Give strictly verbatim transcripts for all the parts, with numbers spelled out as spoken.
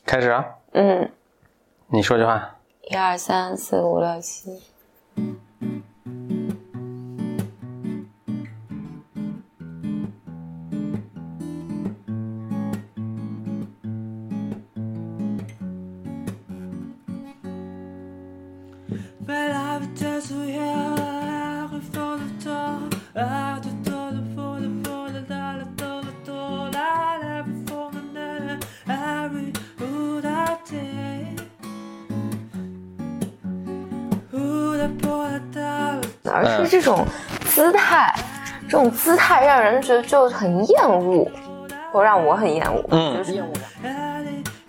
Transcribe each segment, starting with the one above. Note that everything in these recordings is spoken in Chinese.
开始啊。 嗯， 你说句话。 一二三四五六七。而是这种姿态，这种姿态让人觉得就很厌恶，或让我很厌恶。 嗯， 就是厌恶感。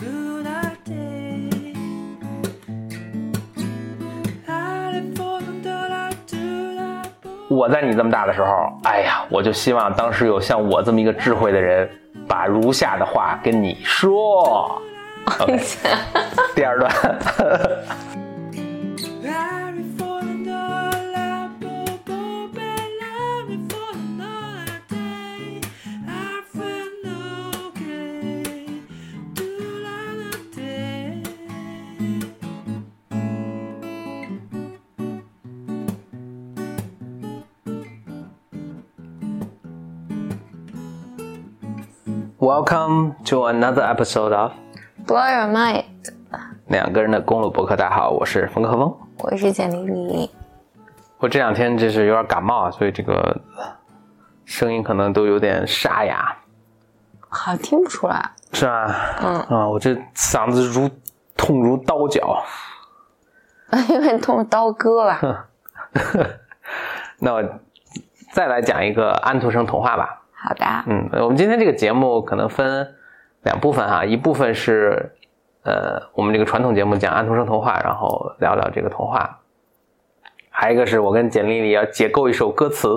我在你这么大的时候，哎呀，我就希望当时有像我这么一个智慧的人，把如下的话跟你说。Okay, 第二段。Welcome to another episode of Blow Your Mind。 两个人的公路博客，大家好，我是冯克峰， 我是简丽丽。 我这两天就是有点感冒，所以这个声音可能都有点沙哑。 好，听不出来。 是吧？ 嗯啊，我这嗓子如痛如刀绞。 因为痛刀割吧。 那我再来讲一个安徒生童话吧。 好的。 嗯，我们今天这个节目可能分两部分哈，一部分是呃我们这个传统节目讲安徒生童话，然后聊聊这个童话。还有一个是我跟简丽丽要解构一首歌词，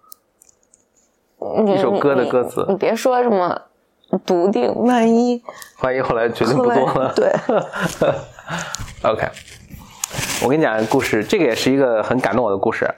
一首歌的歌词。 你, 你, 你别说什么笃定，万一万一后来决定不做了。 对。 OK， 我跟你讲个故事，这个也是一个很感动我的故事。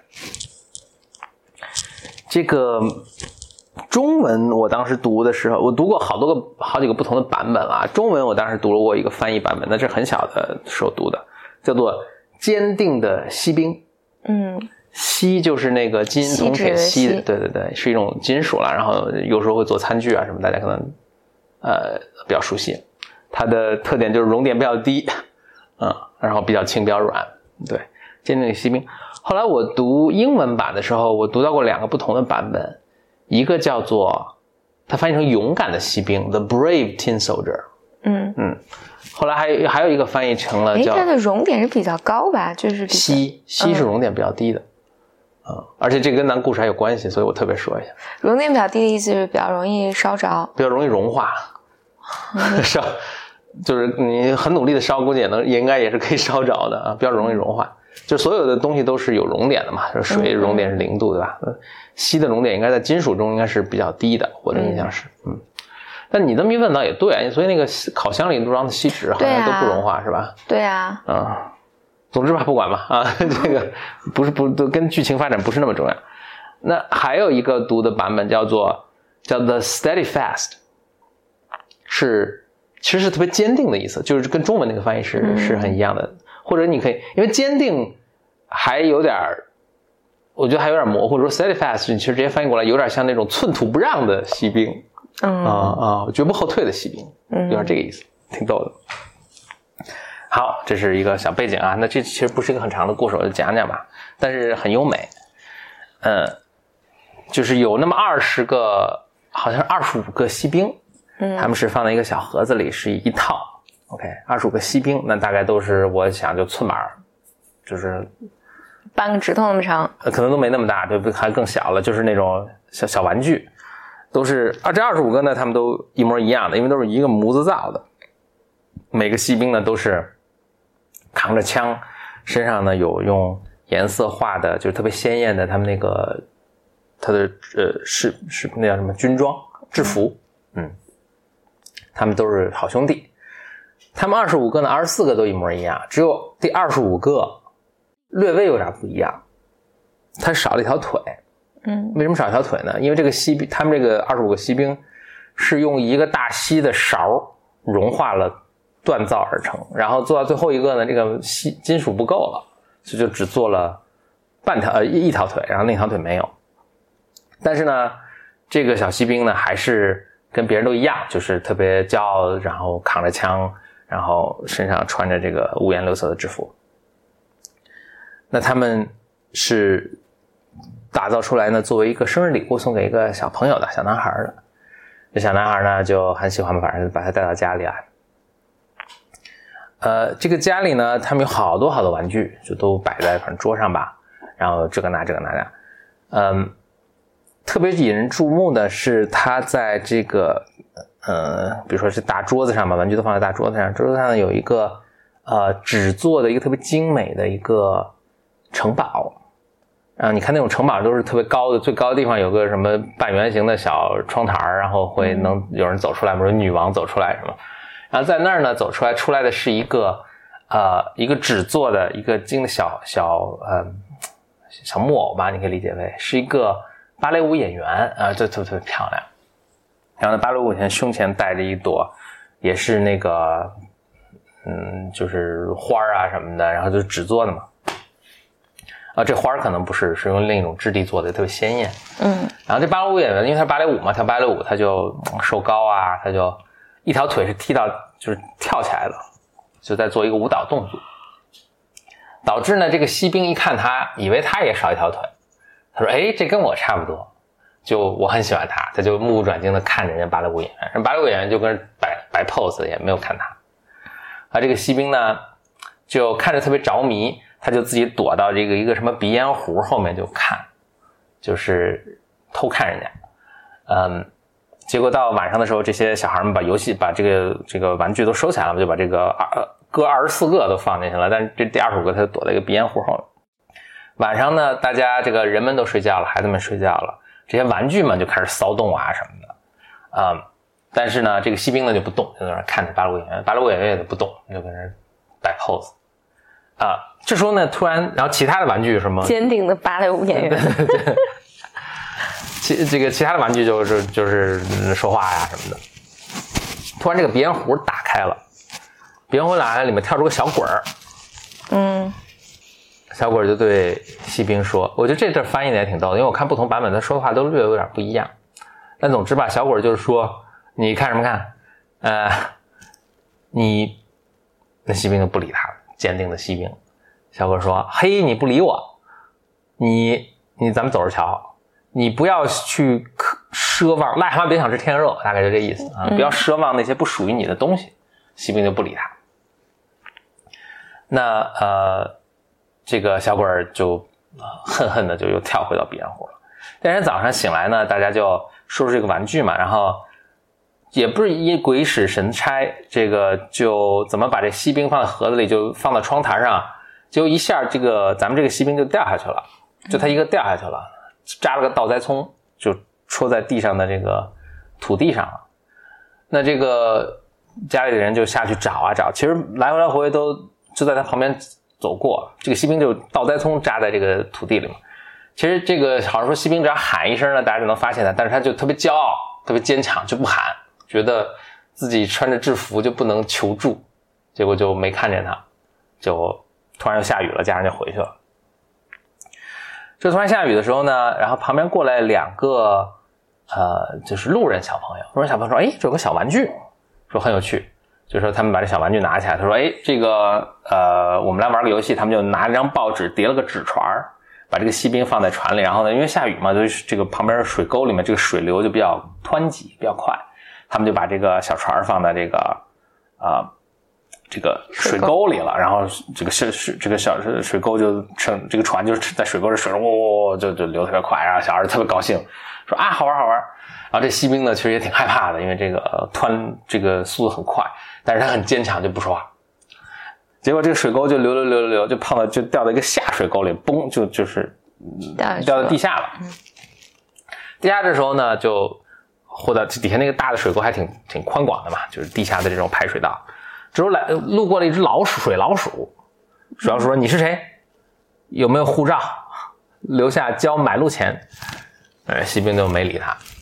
这个中文我当时读的时候，我读过好多个好几个不同的版本啊。中文我当时读了过一个翻译版本，那是很小的时候读的，叫做坚定的锡兵。 嗯， 锡就是那个金银铜铁锡，对对对，是一种金属了，然后有时候会做餐具啊什么，大家可能呃比较熟悉。它的特点就是熔点比较低，嗯，然后比较轻比较软，对，坚定的锡兵。后来我读英文版的时候，我读到过两个不同的版本，一个叫做它翻译成勇敢的锡兵 The Brave Tin Soldier。 嗯嗯，后来还有还有一个翻译成了叫它的熔点是比较高吧，就是锡锡是熔点比较低的。嗯嗯，而且这跟咱故事还有关系，所以我特别说一下。 熔点比较低的意思是比较容易烧着， 比较容易融化。烧就是你很努力的烧，估计也能也应该也是可以烧着的啊，比较容易融化。就所有的东西都是有熔点的嘛，水熔点是零度，对吧？锡的熔点应该在金属中应该是比较低的，我的印象是，嗯。但你这么一问倒也对啊，所以那个烤箱里装的锡纸好像都不融化，啊、是吧？ 对啊。 嗯，总之吧，不管吧啊，这个不是不都跟剧情发展不是那么重要。那还有一个读的版本叫做叫 The Steadfast， 是其实是特别坚定的意思，就是跟中文那个翻译是、嗯、是很一样的。或者你可以，因为坚定还有点，我觉得还有点模糊。说 steadfast， 你其实直接翻译过来，有点像那种寸土不让的锡兵， 嗯啊啊，绝不后退的锡兵，有点这个意思，挺逗的。好，这是一个小背景啊。那这其实不是一个很长的故事，我就讲讲吧。但是很优美，嗯，就是有那么二十个，好像是二十五个锡兵，嗯，他们是放在一个小盒子里，是一套。OK， 二十五个锡兵，那大概都是我想就寸码，就是半个指头那么长， 可能都没那么大，对，还更小了，就是那种小小玩具，都是啊。这二十五个呢，他们都一模一样的，因为都是一个模子造的。每个锡兵呢都是扛着枪，身上呢有用颜色画的，就是特别鲜艳的，他们那个他的呃是是那叫什么军装制服，嗯，他们都是好兄弟。他们二十五个呢，二十四个都一模一样，只有第二十五个略微有点不一样，他少了一条腿。 嗯， 为什么少一条腿呢？因为这个锡兵，他们这个二十五个锡兵是用一个大锡的勺融化了锻造而成，然后做到最后一个呢，这个金属不够了，所以就只做了半条呃一条腿，然后另一条腿没有。但是呢，这个小锡兵呢还是跟别人都一样，就是特别骄傲，然后扛着枪，然后身上穿着这个五颜六色的制服。那他们是打造出来呢，作为一个生日礼物送给一个小朋友的小男孩的。这小男孩呢就很喜欢，反正把他带到家里来。呃，这个家里呢，他们有好多好多玩具，就都摆在反正桌上吧，然后这个拿这个拿那，嗯。特别引人注目的是，他在这个呃，比如说是大桌子上吧，玩具都放在大桌子上，桌子上有一个呃纸做的一个特别精美的一个城堡。啊，你看那种城堡都是特别高的，最高的地方有个什么半圆形的小窗台，然后会能有人走出来，比如女王走出来什么。然后在那儿呢，走出来出来的是一个呃一个纸做的一个精的小小呃小木偶吧，你可以理解为是一个芭蕾舞演员啊，这特别漂亮。然后呢，芭蕾舞演员胸前戴着一朵，也是那个，嗯，就是花啊什么的，然后就是纸做的嘛。啊，这花可能不是，是用另一种质地做的，特别鲜艳。嗯。然后这芭蕾舞演员，因为他是芭蕾舞嘛，跳芭蕾舞他就瘦高啊，他就一条腿是踢到，就是跳起来了，就在做一个舞蹈动作，导致呢，这个锡兵一看他，以为他也少一条腿。他说：“哎，这跟我差不多，就我很喜欢他。”他就目不转睛的看着人家芭蕾舞演员，人芭蕾舞演员就跟人摆摆 pose， 也没有看他。啊，这个锡兵呢，就看着特别着迷，他就自己躲到这个一个什么鼻烟壶后面就看，就是偷看人家。嗯，结果到晚上的时候，这些小孩们把游戏把这个这个玩具都收起来了，就把这个二各二十四个都放进去了，但是这第二十五个他就躲在一个鼻烟壶后面。晚上呢，大家这个人们都睡觉了，孩子们睡觉了，这些玩具们就开始骚动啊什么的，啊、嗯，但是呢，这个锡兵呢就不动，就在那看着芭蕾舞演员，芭蕾舞演员也不动，就跟那摆 pose， 啊，这时候呢，突然，然后其他的玩具有什么？ 坚定的芭蕾舞演员。 其这个其他的玩具就是就是说话呀什么的。突然这个鼻烟壶打开了，鼻烟壶打开，里面跳出个小鬼儿，嗯。小鬼就对锡兵说，我觉得这段翻译的也挺逗的，因为我看不同版本他说的话都略有点不一样。但总之吧，小鬼就是说，你看什么看？呃，你那锡兵就不理他了，坚定的锡兵。小鬼说，嘿，你不理我，你你咱们走着瞧，你不要去奢望，癞蛤蟆别想吃天鹅肉，大概就这意思啊，不要奢望那些不属于你的东西。锡兵就不理他。那呃。这个小鬼儿就恨恨的就又跳回到鼻烟壶了。第二天早上醒来呢，大家就收拾这个玩具嘛，然后也不是一鬼使神差，这个就怎么把这锡兵放在盒子里，就放到窗台上，结果一下这个咱们这个锡兵就掉下去了，就他一个掉下去了，扎了个倒栽葱，就戳在地上的这个土地上了。那这个家里的人就下去找啊找，其实来回来回都就在他旁边走过，这个锡兵就倒栽葱扎在这个土地里嘛。其实这个好像说锡兵只要喊一声呢，大家就能发现他，但是他就特别骄傲，特别坚强，就不喊，觉得自己穿着制服就不能求助，结果就没看见他，就突然又下雨了，家人就回去了。这突然下雨的时候呢，然后旁边过来两个呃，就是路人小朋友，路人小朋友说，哎，这有个小玩具，说很有趣。就说他们把这小玩具拿起来，他说：“哎，这个呃，我们来玩个游戏。”他们就拿了张报纸叠了个纸船，把这个锡兵放在船里。然后呢，因为下雨嘛，就是这个旁边水沟里面这个水流就比较湍急，比较快。他们就把这个小船放在这个啊、呃、这个水沟里了。然后这个水这个小水沟就成这个船就是在水沟里水中喔、哦、就就流特别快，然后小孩特别高兴，说啊好玩好玩。然后这锡兵呢，其实也挺害怕的，因为这个湍这个速度很快。但是他很坚强，就不说话。结果这个水沟就流流流流流，就碰到就掉到一个下水沟里，嘣，就就是掉到地下了。嗯、地下这时候呢，就或者底下那个大的水沟还挺挺宽广的嘛，就是地下的这种排水道。这时候来路过了一只老鼠，水老鼠。水老鼠说：“你是谁？有没有护照？留下交买路钱。”呃，锡兵就没理他。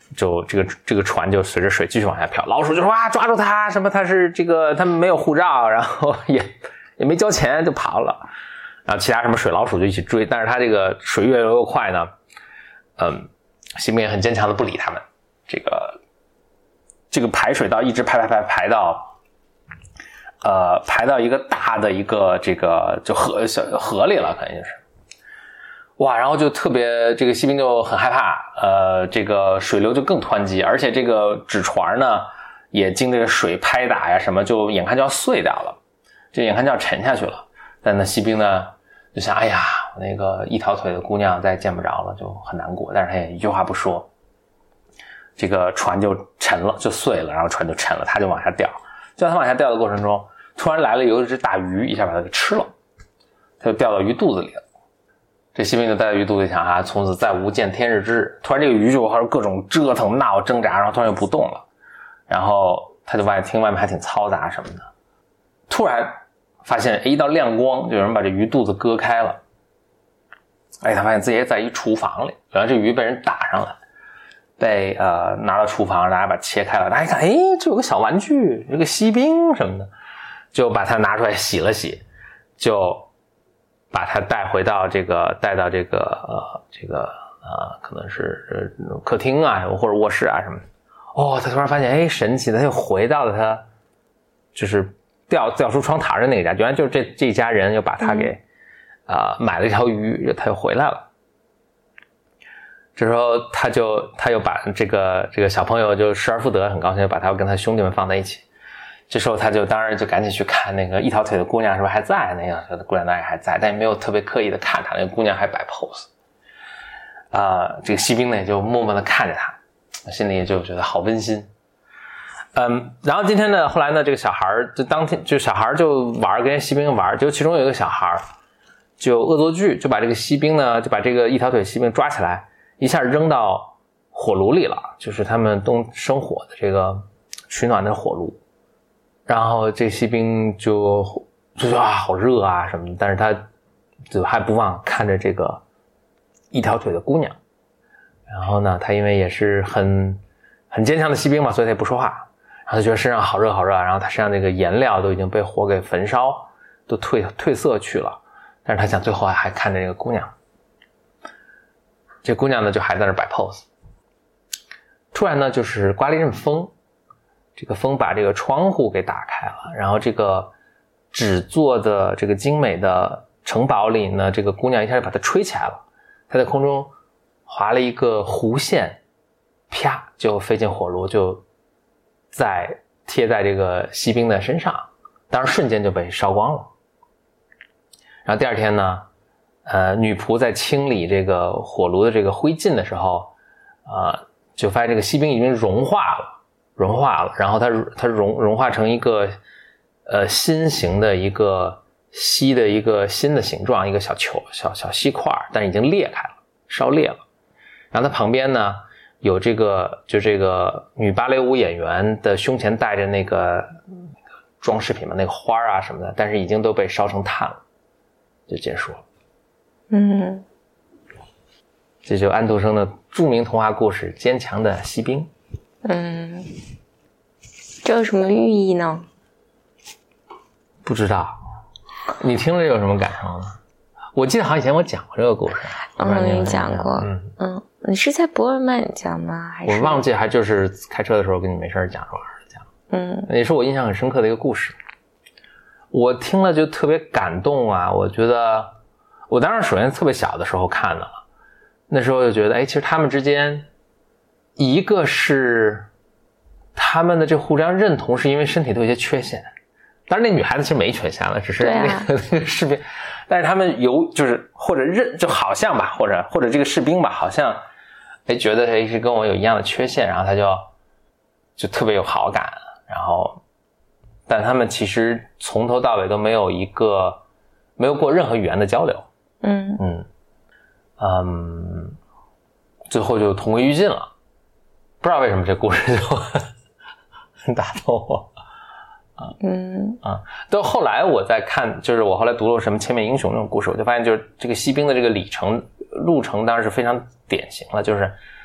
就这个这个船就随着水继续往下漂，老鼠就说哇抓住他，什么他是这个他们没有护照，然后也也没交钱就跑了，然后其他什么水老鼠就一起追，但是他这个水越流越快呢，嗯，西兵也很坚强的不理他们，这个这个排水道一直排排排排到呃排到一个大的一个这个就河小河里了，可能就是。哇，然后就特别这个西兵就很害怕，呃，这个水流就更湍急，而且这个纸船呢也经这个水拍打呀什么，就眼看就要碎掉了，就眼看就要沉下去了。但那西兵呢就想，哎呀，我那个一条腿的姑娘再见不着了，就很难过。但是他也一句话不说，这个船就沉了，就碎了，然后船就沉了，他就往下掉。就在他往下掉的过程中，突然来了有一只大鱼，一下把他给吃了，他就掉到鱼肚子里了。这西兵就待在鱼肚子里想啊，从此再无见天日之日。突然这个鱼就各种折腾闹挣扎，然后突然又不动了，然后他就外听外面还挺嘈杂什么的。突然发现一道亮光，就有人把这鱼肚子割开了。哎，他发现自己在一厨房里，原来这鱼被人打上来，被呃拿到厨房，大家把它切开了。大家一看，哎，这有个小玩具，有个西兵什么的，就把它拿出来洗了洗，就把它带回到这个带到这个呃这个呃可能是呃客厅啊或者卧室啊什么的。哦，他突然发现，哎，神奇的，他又回到了他就是掉掉出窗台的那个家，原来就是这这家人又把他给啊、呃、买了一条鱼，他又回来了。这时候他就他又把这个这个小朋友就失而复得，很高兴，把他跟他兄弟们放在一起。这时候他就当然就赶紧去看那个一条腿的姑娘是不是还在，那个姑娘当然还在，但也没有特别刻意的看她，那个姑娘还摆 pose。啊、呃，这个西兵呢也就默默的看着她，心里也就觉得好温馨。嗯，然后今天呢，后来呢，这个小孩就当天就小孩就玩跟西兵玩，就其中有一个小孩就恶作剧，就把这个西兵呢就把这个一条腿西兵抓起来，一下扔到火炉里了，就是他们东生火的这个取暖的火炉。然后这西兵就就说啊好热啊什么的，但是他就还不忘看着这个一条腿的姑娘。然后呢，他因为也是很很坚强的西兵嘛，所以他也不说话。然后他觉得身上好热好热，然后他身上那个颜料都已经被火给焚烧，都褪褪色去了。但是他想最后还看着这个姑娘。这姑娘呢就还在那摆 pose。突然呢就是刮了一阵风。这个风把这个窗户给打开了，然后这个纸做的这个精美的城堡里呢，这个姑娘一下就把它吹起来了，她在空中划了一个弧线，啪就飞进火炉，就在贴在这个西兵的身上，当然瞬间就被烧光了。然后第二天呢，呃，女仆在清理这个火炉的这个灰烬的时候，呃，就发现这个西兵已经融化了。融化了，然后它它融融化成一个呃心形的一个锡的一个新的形状，一个小球小小锡块，但是已经裂开了，烧裂了。然后它旁边呢有这个就这个女芭蕾舞演员的胸前戴着那个那个装饰品嘛，那个花啊什么的，但是已经都被烧成炭了，就结束了。 嗯， 这就安徒生的著名童话故事《坚强的锡兵》。 嗯，这有什么寓意呢？ 不知道，你听了有什么感受呢？我记得好像以前我讲过这个故事。 嗯，你讲过。嗯嗯，你是在博尔曼讲吗？还是我忘记，还就是开车的时候跟你没事讲说讲。嗯，也是我印象很深刻的一个故事。我听了就特别感动啊！我觉得，我当时首先特别小的时候看的了，那时候就觉得，哎，其实他们之间。一个是他们的这互相认同是因为身体都有些缺陷，当然那女孩子其实没缺陷了，只是那个、啊、那个士兵，但是他们有就是或者认就好像吧，或者或者这个士兵吧，好像哎觉得哎是跟我有一样的缺陷，然后他就就特别有好感，然后但他们其实从头到尾都没有一个没有过任何语言的交流，嗯嗯嗯，最后就同归于尽了。不知道为什么这故事就很打动我，啊，嗯啊，到后来我在看，就是我后来读了什么《千面英雄》这种故事，我就发现就是这个西兵的这个里程路程当然是非常典型了，就是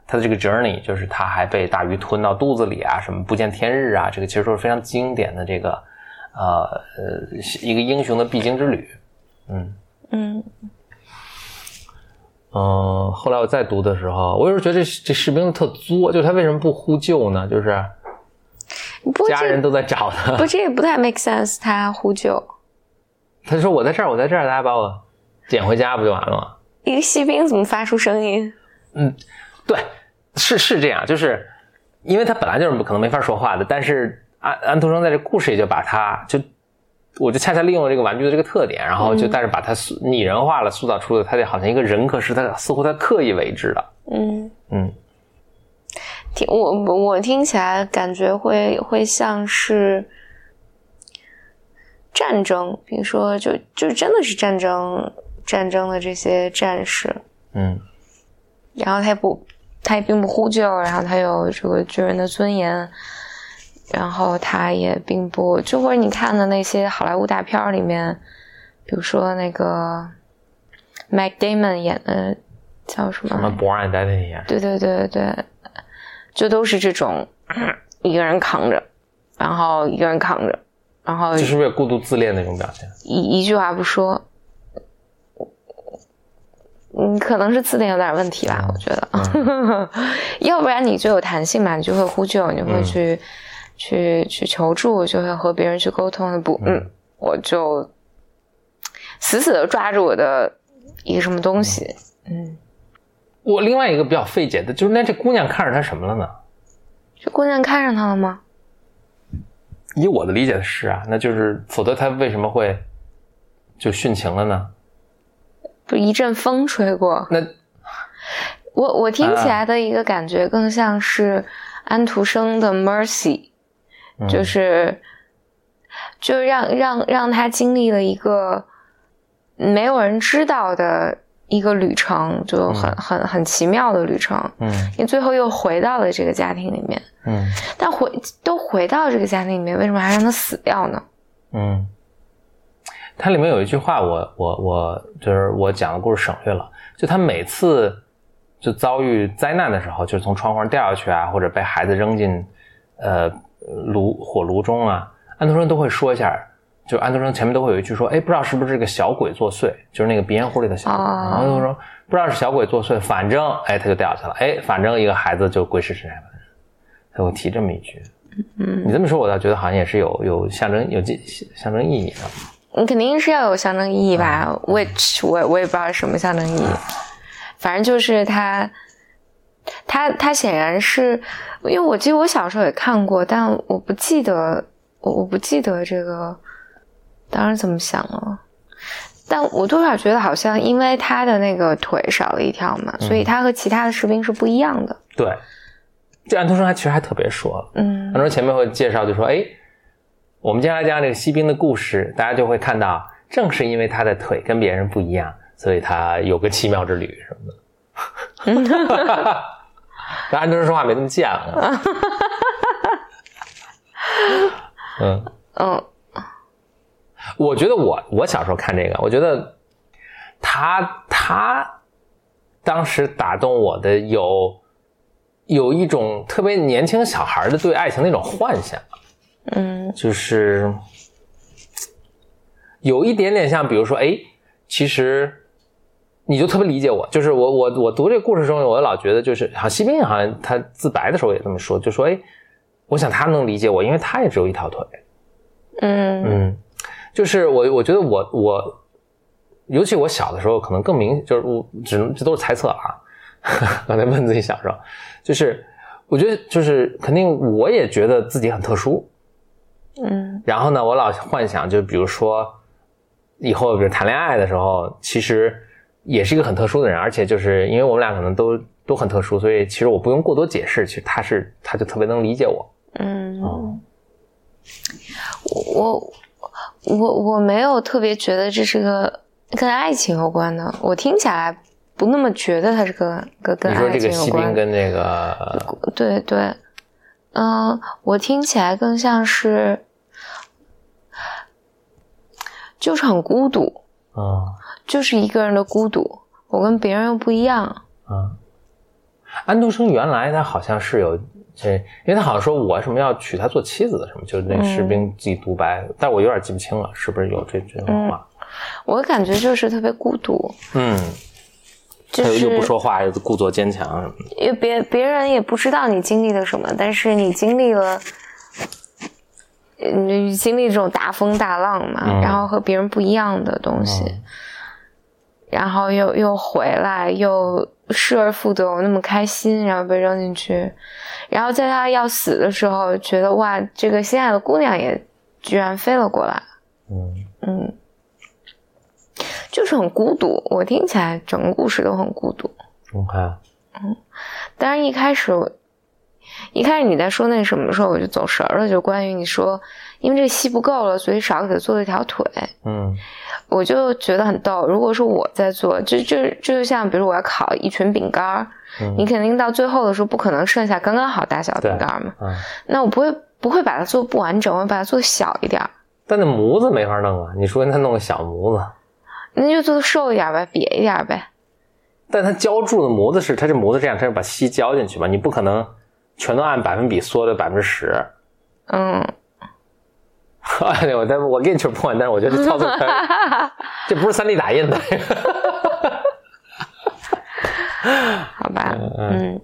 他的这个 journey， 就是他还被大鱼吞到肚子里啊，什么不见天日啊，这个其实都是非常经典的这个呃呃一个英雄的必经之旅。嗯嗯嗯、呃，后来我再读的时候，我有时候觉得这这士兵特作，就是他为什么不呼救呢？就是家人都在找他， 不，这也不太 make sense。他呼救， 他说我在这儿，我在这儿，大家把我捡回家不就完了吗？ 一个锡兵怎么发出声音？ 嗯，对，是是这样，就是因为他本来就是可能没法说话的，但是安安徒生在这故事里就把他就，我就恰恰利用了这个玩具的这个特点，然后就但是把他拟人化了，塑造出了他好像一个人格是他似乎他刻意为之的。嗯嗯， 听我我听起来感觉会会像是战争，比如说就就真的是战争战争的这些战士，嗯，然后他也不他也并不呼救，然后他有这个军人的尊严，然后他也并不就或者你看的那些好莱坞大片里面，比如说那个 Matt Damon 演的叫什么什么 Born Identity， 对对对对，就都是这种、嗯、一个人扛着，然后一个人扛着，然后这是不是孤独自恋那种表现？ 一一句话不说，嗯，可能是字典有点问题吧，嗯、我觉得，嗯、要不然你就有弹性嘛，你就会呼救，你会去、嗯、去去求助，就会和别人去沟通。不，嗯，嗯我就死死的抓住我的一个什么东西，嗯。 我另外一个比较费解的就是，那这姑娘看上他什么了呢？ 这姑娘看上他了吗？ 以我的理解是啊，那就是否则他为什么会就殉情了呢？ 不一阵风吹过， 那我我听起来的一个感觉更像是安徒生的 Mercy，、嗯、就是就让让让他经历了一个没有人知道的一个旅程，就很、嗯、很很奇妙的旅程。嗯，你最后又回到了这个家庭里面。嗯，但回都回到这个家庭里面，为什么还让他死掉呢？嗯。 它里面有一句话我，我我我就是我讲的故事省略了。就他每次就遭遇灾难的时候，就是从窗户上掉下去啊，或者被孩子扔进呃炉火炉中啊，安徒生都会说一下。就安徒生前面都会有一句说，哎，不知道是不是这个小鬼作祟，就是那个鼻烟壶里的小鬼。Oh. 然后就说不知道是小鬼作祟，反正哎他就掉下去了，哎，反正一个孩子就归时神山本人。他会提这么一句。嗯，你这么说，我倒觉得好像也是有有象征有象征意义的。 你肯定是要有象征意义吧、嗯、which 我我也不知道什么象征意义，反正就是他他他显然是因为我记得我小时候也看过，但我不记得我我不记得这个当时怎么想了，但我多少觉得好像因为他的那个腿少了一条嘛、嗯、所以他和其他的士兵是不一样的。 对，这安徒生还其实还特别说了，嗯，安徒生前面会介绍就说，哎，我们接下来讲这个锡兵的故事，大家就会看到，正是因为他的腿跟别人不一样，所以他有个奇妙之旅什么的。但安徒生说话没那么贱了。嗯嗯，我觉得我我小时候看这个，我觉得他他当时打动我的有有一种特别年轻小孩的对爱情的那种幻想。嗯，就是有一点点像，比如说，哎，其实你就特别理解我，就是我我我读这个故事中，我老觉得就是，好像锡兵好像他自白的时候也这么说，就说，哎，我想他能理解我，因为他也只有一条腿。嗯嗯，就是我我觉得我我，尤其我小的时候可能更明，就是我只能这都是猜测啊，刚才问自己小时候，就是我觉得就是肯定我也觉得自己很特殊。嗯，然后呢，我老幻想，就比如说以后比如谈恋爱的时候，其实也是一个很特殊的人，而且就是因为我们俩可能都都很特殊，所以其实我不用过多解释，其实他是他就特别能理解我。嗯，嗯我我我没有特别觉得这是个跟爱情有关的，我听起来不那么觉得它是个跟跟爱情有关。你说这个锡兵跟那个， 对对，嗯、呃，我听起来更像是。就是很孤独，嗯，就是一个人的孤独，我跟别人又不一样， 嗯， 安徒生原来他好像是有这，因为他好像说我什么要娶她做妻子的什么，就是那士兵自己独白，嗯、但我有点记不清了，是不是有这这种话？ 嗯、我感觉就是特别孤独。 嗯。 就是又不说话，又故作坚强什么的。 因为别别人也不知道你经历了什么，但是你经历了，你经历这种大风大浪嘛，嗯、然后和别人不一样的东西，嗯、然后又又回来，又失而复得，那么开心，然后被扔进去，然后在他要死的时候，觉得哇，这个心爱的姑娘也居然飞了过来。嗯嗯。就是很孤独，我听起来整个故事都很孤独。 OK， 嗯，当然一开始，一开始你在说那什么的时候，我就走神了，就关于你说，因为这戏不够了，所以少给他做了一条腿。 嗯， 我就觉得很逗。如果说我在做，就就这就像比如我要烤一群饼干，嗯、你肯定到最后的时候不可能剩下刚刚好大小的饼干嘛。嗯，那我不会不会把它做不完整，我会把它做小一点。 但那模子没法弄啊，你说跟他弄个小模子。 那就做的瘦一点呗，瘪一点呗。 但它浇筑的模子是，它这模子这样，它是把锡浇进去嘛，你不可能全都按百分比缩的百分之十。 嗯。 哎呦，但我给你这破，但是我觉得操作可以，这不是 三 D 打印的。 好吧，嗯。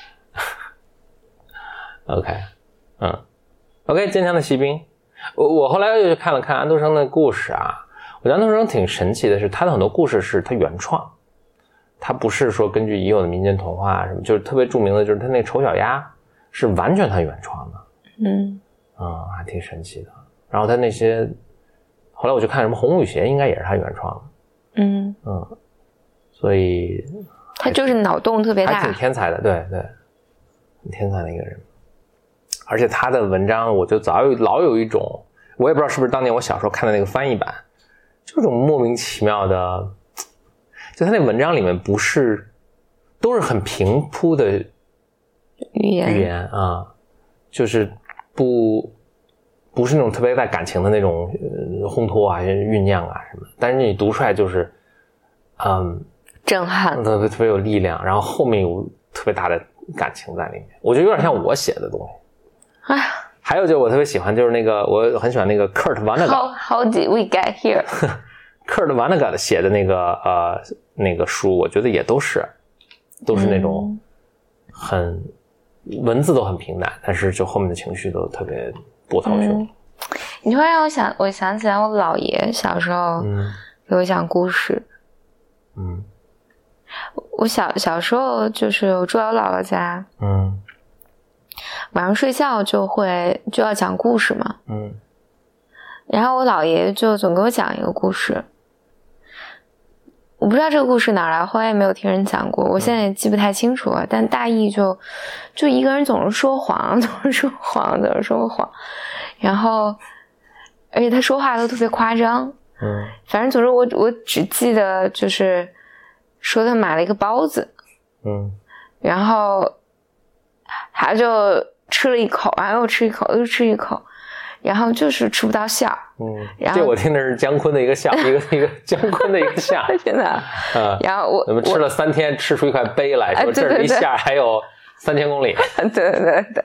OK， 嗯 ，OK， 坚强的骑兵。我我后来又去看了看安徒生的故事啊。我觉得安徒生挺神奇的是，他的很多故事是他原创，他不是说根据已有的民间童话什么，就是特别著名的，就是他那丑小鸭是完全他原创的， 嗯， 啊、嗯，还挺神奇的。然后他那些，后来我去看什么《红舞鞋》，应该也是他原创的， 嗯嗯，所以他就是脑洞特别大， 还挺天才的，对对，很天才的一个人。而且他的文章，我就早有老有一种，我也不知道是不是当年我小时候看的那个翻译版。这种莫名其妙的，就他那文章里面不是都是很平铺的语言语言啊，就是不不是那种特别带感情的那种、呃、烘托啊、酝酿啊什么，但是你读出来就是嗯震撼， 特别特别有力量，然后后面有特别大的感情在里面，我觉得有点像我写的东西。哎呀。还有就是我特别喜欢，就是那个我很喜欢那个 Kurt Vonnegut。 How How did we get here？ Kurt Vonnegut 写的那个呃那个书，我觉得也都是都是那种很、嗯、文字都很平淡，但是就后面的情绪都特别波涛汹涌。 你会让我想，我想起来我姥爷小时候给我讲故事。 嗯， 我小小时候就是我住我姥姥家。 嗯。 晚上睡觉就会就要讲故事嘛， 嗯， 然后我姥爷就总给我讲一个故事，我不知道这个故事哪来，后来也没有听人讲过，我现在也记不太清楚了，但大意就就一个人总是说谎，总是说谎，总是说谎，然后而且他说话都特别夸张， 嗯， 反正总之我我只记得就是说他买了一个包子， 嗯， 然后他就吃了一口，然后又吃一口，又吃一口，然后就是吃不到馅儿。 嗯，然后这我听的是姜昆的一个馅，一个一个姜昆的一个馅， 真的。嗯，然后我我们吃了三天，吃出一块碑来，说这离馅还有三千公里。 对对对对。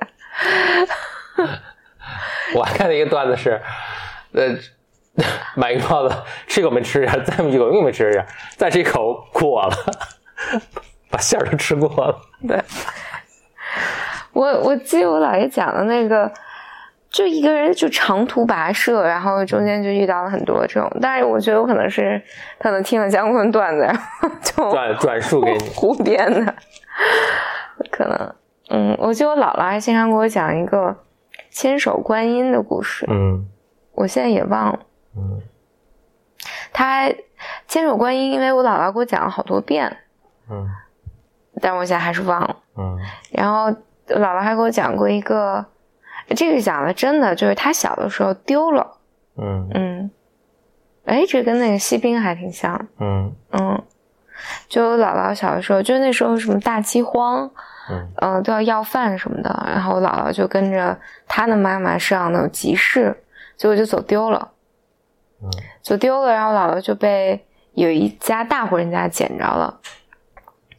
我还看到一个段子是，呃，买一个包子，吃一口没吃一下，再一口又没吃一下，再吃一口过了，把馅儿都吃过了。 对。我我记得我姥爷讲的那个，就一个人就长途跋涉，然后中间就遇到了很多这种，但是我觉得我可能是可能听了姜昆段子，然后就转转述给你胡编的，可能嗯，我记得我姥姥还经常给我讲一个千手观音的故事， 嗯， 我现在也忘了， 嗯， 他千手观音，因为我姥姥给我讲了好多遍， 嗯， 但我现在还是忘了， 嗯， 然后姥姥还给我讲过一个，这个讲的真的就是他小的时候丢了， 嗯嗯，哎，这跟那个锡兵还挺像， 嗯嗯，就姥姥小的时候，就那时候什么大饥荒， 嗯嗯、呃，都要要饭什么的，然后姥姥就跟着她的妈妈上那种集市，结果就走丢了， 嗯，走丢了，然后姥姥就被有一家大户人家捡着了。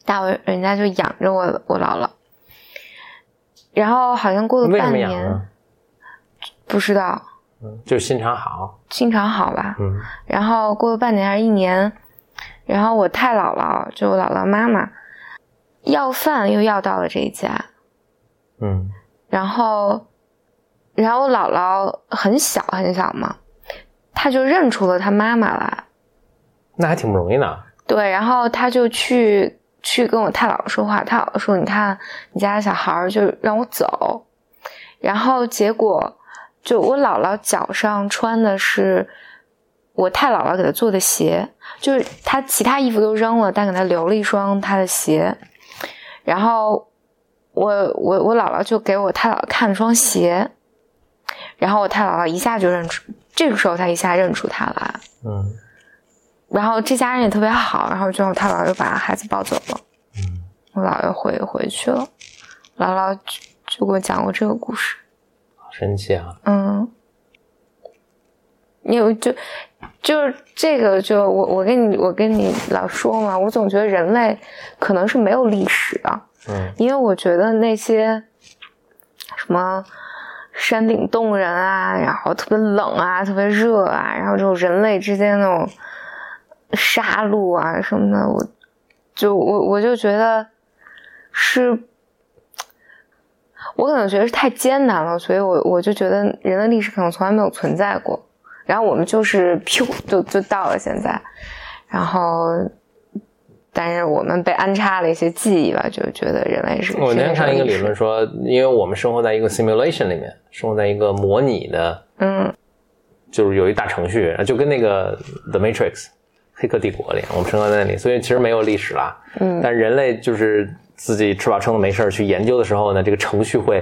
大文人家就养着我我姥姥，然后好像过了半年，为什么养呢？不知道， 嗯，就是心肠好， 心肠好吧， 嗯， 然后过了半年还是一年，然后我太姥姥就我姥姥妈妈要饭又要到了这一家， 嗯， 然后然后我姥姥很小很小嘛，她就认出了她妈妈来， 那还挺不容易的。 对，然后她就去去跟我太姥姥说话，太姥姥说你看你家的小孩就让我走，然后结果就我姥姥脚上穿的是我太姥姥给她做的鞋，就是她其他衣服都扔了，但给她留了一双她的鞋，然后我我我姥姥就给我太姥姥看了双鞋，然后我太姥姥一下就认出，这个时候她一下认出她来， 嗯， 然后这家人也特别好，然后就我太姥姥又把孩子抱走了， 嗯， 我姥姥回回去了，姥姥就就给我讲过这个故事， 好神奇啊， 嗯，因为就就是这个就我我跟你我跟你老说嘛，我总觉得人类可能是没有历史的， 嗯， 因为我觉得那些什么山顶洞人啊，然后特别冷啊，特别热啊，然后这种人类之间那种杀戮啊什么的，我就我我就觉得是，我可能觉得是太艰难了，所以我我就觉得人的历史可能从来没有存在过，然后我们就是噗就就到了现在，然后但是我们被安插了一些记忆吧，就觉得人类是。 我那天看一个理论说，因为我们生活在一个 simulation 里面，生活在一个模拟的， 嗯， 就是有一大程序，就跟那个 The Matrix 黑客帝国里，我们生活在那里，所以其实没有历史啦。 嗯， 但人类就是自己吃饱撑的没事去研究的时候呢，这个程序会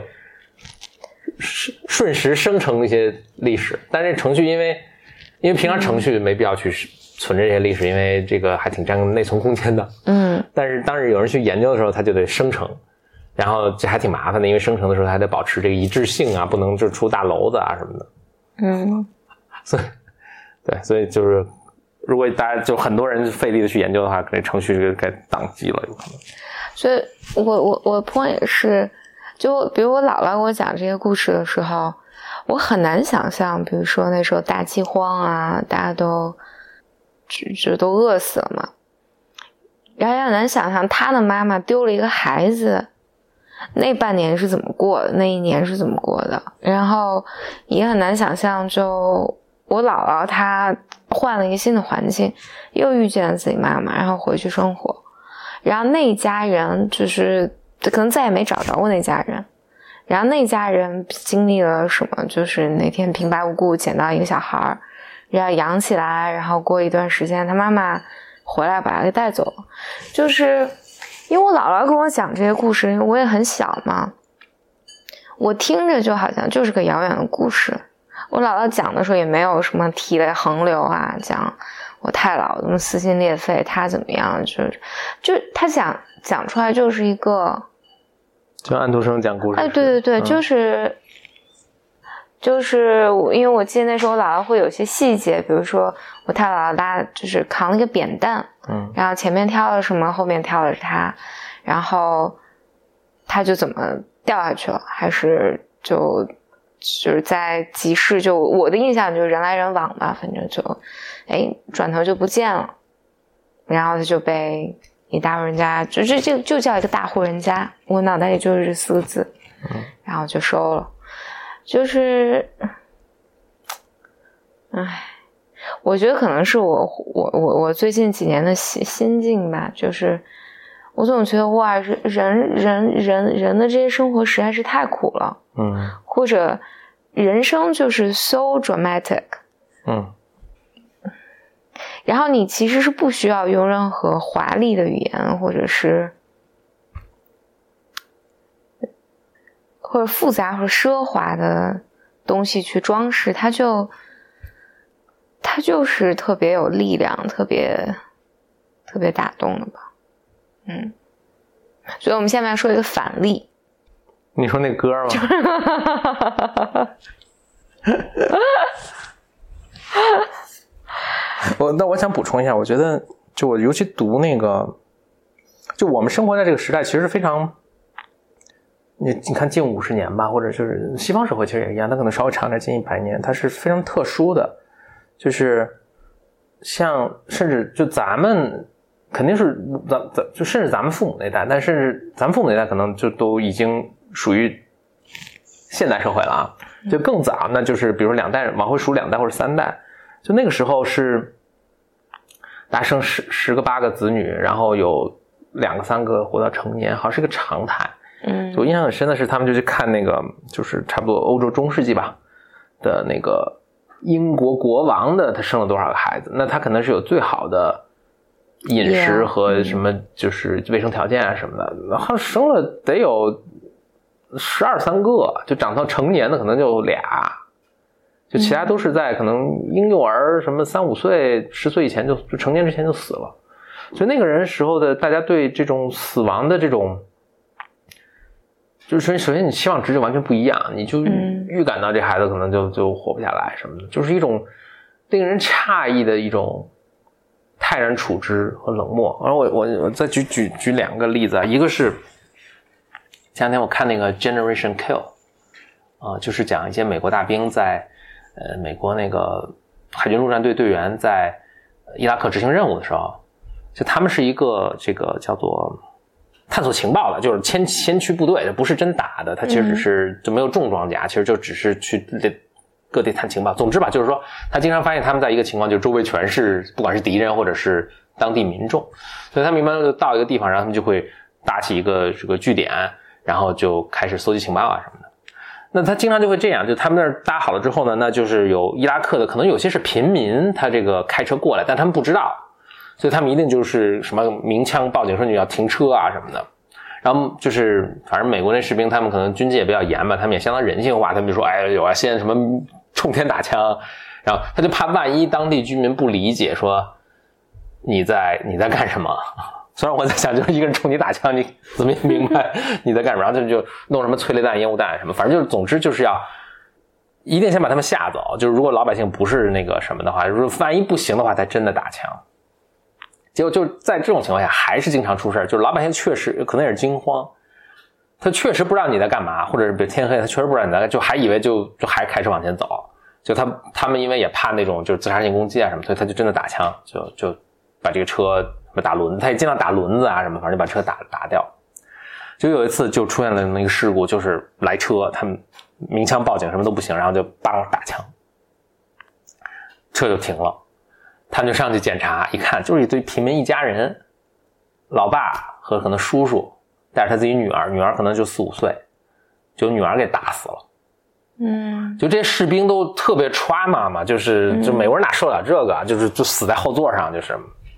瞬时生成一些历史，但是程序因为因为平常程序没必要去存这些历史，因为这个还挺占内存空间的。 嗯， 但是当时有人去研究的时候，他就得生成，然后这还挺麻烦的，因为生成的时候还得保持这个一致性啊，不能就出大娄子啊什么的。 嗯， 所以对，所以就是如果大家就很多人费力的去研究的话，这程序该宕机了，有可能。 所以我我我 point 也是，就比如我姥姥给我讲这些故事的时候，我很难想象，比如说那时候大饥荒啊，大家都就就都饿死了嘛，然后也很难想象他的妈妈丢了一个孩子，那半年是怎么过的，那一年是怎么过的，然后也很难想象，就我姥姥她换了一个新的环境，又遇见了自己妈妈，然后回去生活，然后那一家人就是可能再也没找着过那家人，然后那家人经历了什么，就是那天平白无故捡到一个小孩，然后养起来，然后过一段时间他妈妈回来把他给带走了，就是因为我姥姥跟我讲这些故事，我也很小嘛，我听着就好像就是个遥远的故事，我姥姥讲的时候也没有什么涕泪横流啊，讲我太姥怎么撕心裂肺，她怎么样，就是就她讲讲出来就是一个， 就安徒生讲故事， 哎，对对对，嗯、就是就是因为我记得那时候我姥姥会有些细节，比如说我太姥姥拉就是扛了一个扁担， 嗯， 然后前面挑了什么，后面挑的是她，然后她就怎么掉下去了，还是就就是在集市，就我的印象就是人来人往吧，反正就哎转头就不见了，然后他就被一大户人家，就这这就叫一个大户人家，我脑袋里就是这四个字， 嗯， 然后就收了，就是唉，我觉得可能是我我我我最近几年的心心境吧，就是我总觉得哇，人人人人人的这些生活实在是太苦了， 嗯， 或者人生就是 so dramatic， 嗯， 然后你其实是不需要用任何华丽的语言，或者是或者复杂或者奢华的东西去装饰，它就它就是特别有力量，特别特别打动的吧。嗯，所以我们下面要说一个反例。 你说那歌吗？我那我想补充一下，我觉得就我尤其读那个就我们生活在这个时代，其实非常，你你看近五十年吧，或者就是西方社会其实也一样，它可能稍微长点，近一百年，它是非常特殊的，就是像甚至就咱们肯定是咱咱就甚至咱们父母那代，但甚至咱们父母那代可能就都已经属于现代社会了啊，就更早，那就是比如两代往回数两代或者三代，就那个时候是。大家生十十个八个子女，然后有两个三个活到成年，好像是个常态。 嗯， 我印象很深的是，他们就去看那个，就是差不多欧洲中世纪吧的那个英国国王的，他生了多少个孩子？那他可能是有最好的饮食和什么，就是卫生条件啊什么的，然后生了得有十二三个，就长到成年的可能就俩。就其他都是在可能婴幼儿什么三五岁十岁以前就就成年之前就死了，所以那个人时候的大家对这种死亡的这种，就是首先你期望值就完全不一样，你就预感到这孩子可能就就活不下来什么的，就是一种令人诧异的一种泰然处之和冷漠。然后我我我再举举举两个例子啊，一个是前两天我看那个 Generation Kill 啊、呃，就是讲一些美国大兵在呃，美国那个海军陆战队队员在伊拉克执行任务的时候，就他们是一个这个叫做探索情报的，就是先先驱部队，不是真打的，他其实只是就没有重装甲，其实就只是去各地探情报。总之吧，就是说他经常发现他们在一个情况，就是周围全是不管是敌人或者是当地民众，所以他们一般就到一个地方，然后他们就会搭起一个这个据点，然后就开始搜集情报啊什么的。那他经常就会这样，就他们那儿搭好了之后呢，那就是有伊拉克的，可能有些是平民，他这个开车过来，但他们不知道，所以他们一定就是什么鸣枪报警说你要停车啊什么的。然后就是反正美国那士兵他们可能军纪也比较严吧，他们也相当人性化，他们就说哎有啊，现在什么冲天打枪，然后他就怕万一当地居民不理解，说你在你在干什么。虽然我在想，就是一个人冲你打枪，你怎么也明白你在干什么，然后就弄什么催泪弹、烟雾弹什么，反正就是，总之就是要一定先把他们吓走。就是如果老百姓不是那个什么的话，如果万一不行的话，才真的打枪。结果就在这种情况下，还是经常出事，就是老百姓确实可能也是惊慌，他确实不知道你在干嘛，或者是天黑，他确实不知道你在干嘛，就还以为就就还开始往前走。就他他们因为也怕那种就是自杀性攻击啊什么，所以他就真的打枪，就就把这个车。打轮子，他也经常打轮子啊什么，反正就把车打打掉。就有一次就出现了那个事故，就是来车，他们鸣枪报警什么都不行，然后就梆打枪，车就停了。他们就上去检查，一看就是一堆平民一家人，老爸和可能叔叔带着他自己女儿，女儿可能就四五岁，就女儿给打死了。 嗯， 就这些士兵都特别 trauma 嘛，就是就美国人哪受得了这个，就是就死在后座上，就是。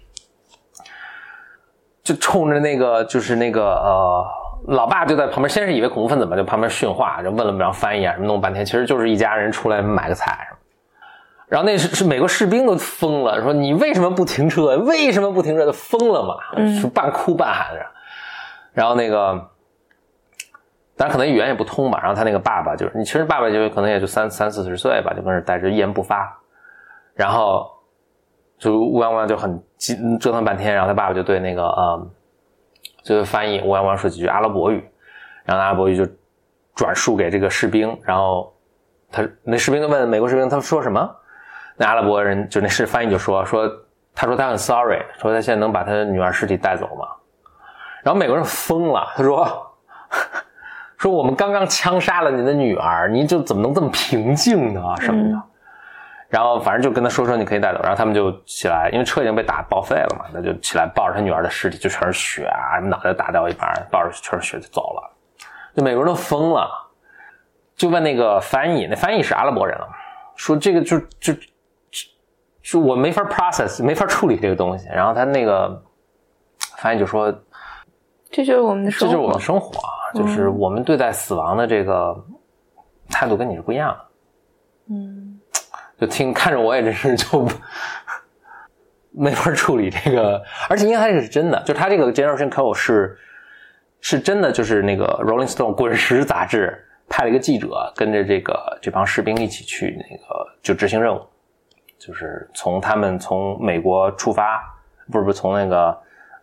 就冲着那个就是那个呃，老爸就在旁边，先是以为恐怖分子嘛，就旁边训话，就问了让翻译啊什么，弄半天，其实就是一家人出来买个菜。然后那是是美国士兵都疯了，说你为什么不停车？为什么不停车？都疯了嘛，是半哭半喊着。然后那个，当然可能语言也不通吧。然后他那个爸爸就是，你其实爸爸就可能也就三三四十岁吧，就跟着带着一言不发，然后。就乌泱乌泱就很折腾半天，然后他爸爸就对那个呃，就翻译乌泱乌泱说几句阿拉伯语，然后阿拉伯语就转述给这个士兵，然后他那士兵就问美国士兵他说什么，那阿拉伯人就那士翻译就说说他说他很 sorry， 说他现在能把他的女儿尸体带走吗？然后美国人疯了，他说说我们刚刚枪杀了你的女儿，你就怎么能这么平静呢什么的。嗯，然后反正就跟他说说你可以带走，然后他们就起来，因为车已经被打报废了嘛，那就起来抱着他女儿的尸体，就全是血啊，脑袋打掉一半，抱着全是血就走了。就美国人都疯了，就问那个翻译，那翻译是阿拉伯人了，说这个就就就就我没法 process， 没法处理这个东西。然后他那个翻译就说， 这就是我们的生活， 这就是我们的生活，就是我们对待死亡的这个态度跟你是不一样的。嗯。就听看着我也真是就没法处理这个，而且应该他这个是真的，就他这个 Generation Kill 是是真的，就是那个 Rolling Stone 滚石杂志派了一个记者跟着这个这帮士兵一起去那个就执行任务，就是从他们从美国出发，不是不是从那个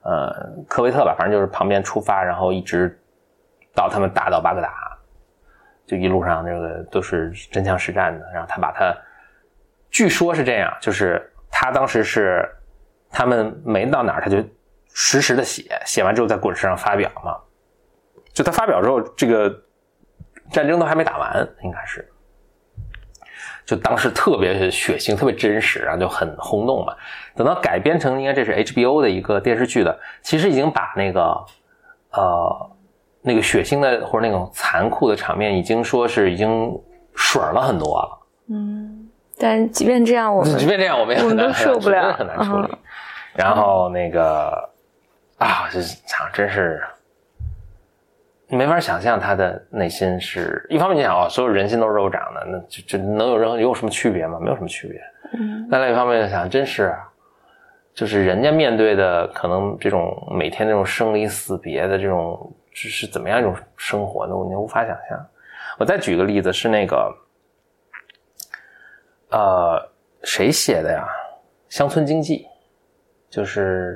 呃科威特吧，反正就是旁边出发，然后一直到他们打到巴格达，就一路上这个都是真枪实战的。然后他把他，据说是这样，就是他当时是他们没到哪儿，他就实时的写，写完之后在滚石上发表嘛。就他发表之后，这个战争都还没打完，应该是。就当时特别血腥，特别真实，然后就很轰动嘛。等到改编成应该这是 H B O 的一个电视剧的，其实已经把那个呃那个血腥的或者那种残酷的场面已经说是已经水了很多了。 嗯，但即便这样我们即便这样我们也很难我们都受不了， 很难处理。嗯、然后那个啊，这场真是。没法想象他的内心是一方面你想哦，所有人心都是肉长的，那就就能有任何有什么区别吗？没有什么区别。嗯。那另一方面想，真是，就是人家面对的可能这种每天这种生离死别的这种是是怎么样一种生活呢？我无法想象。我再举个例子，是那个，呃，谁写的呀？乡村经济，就是。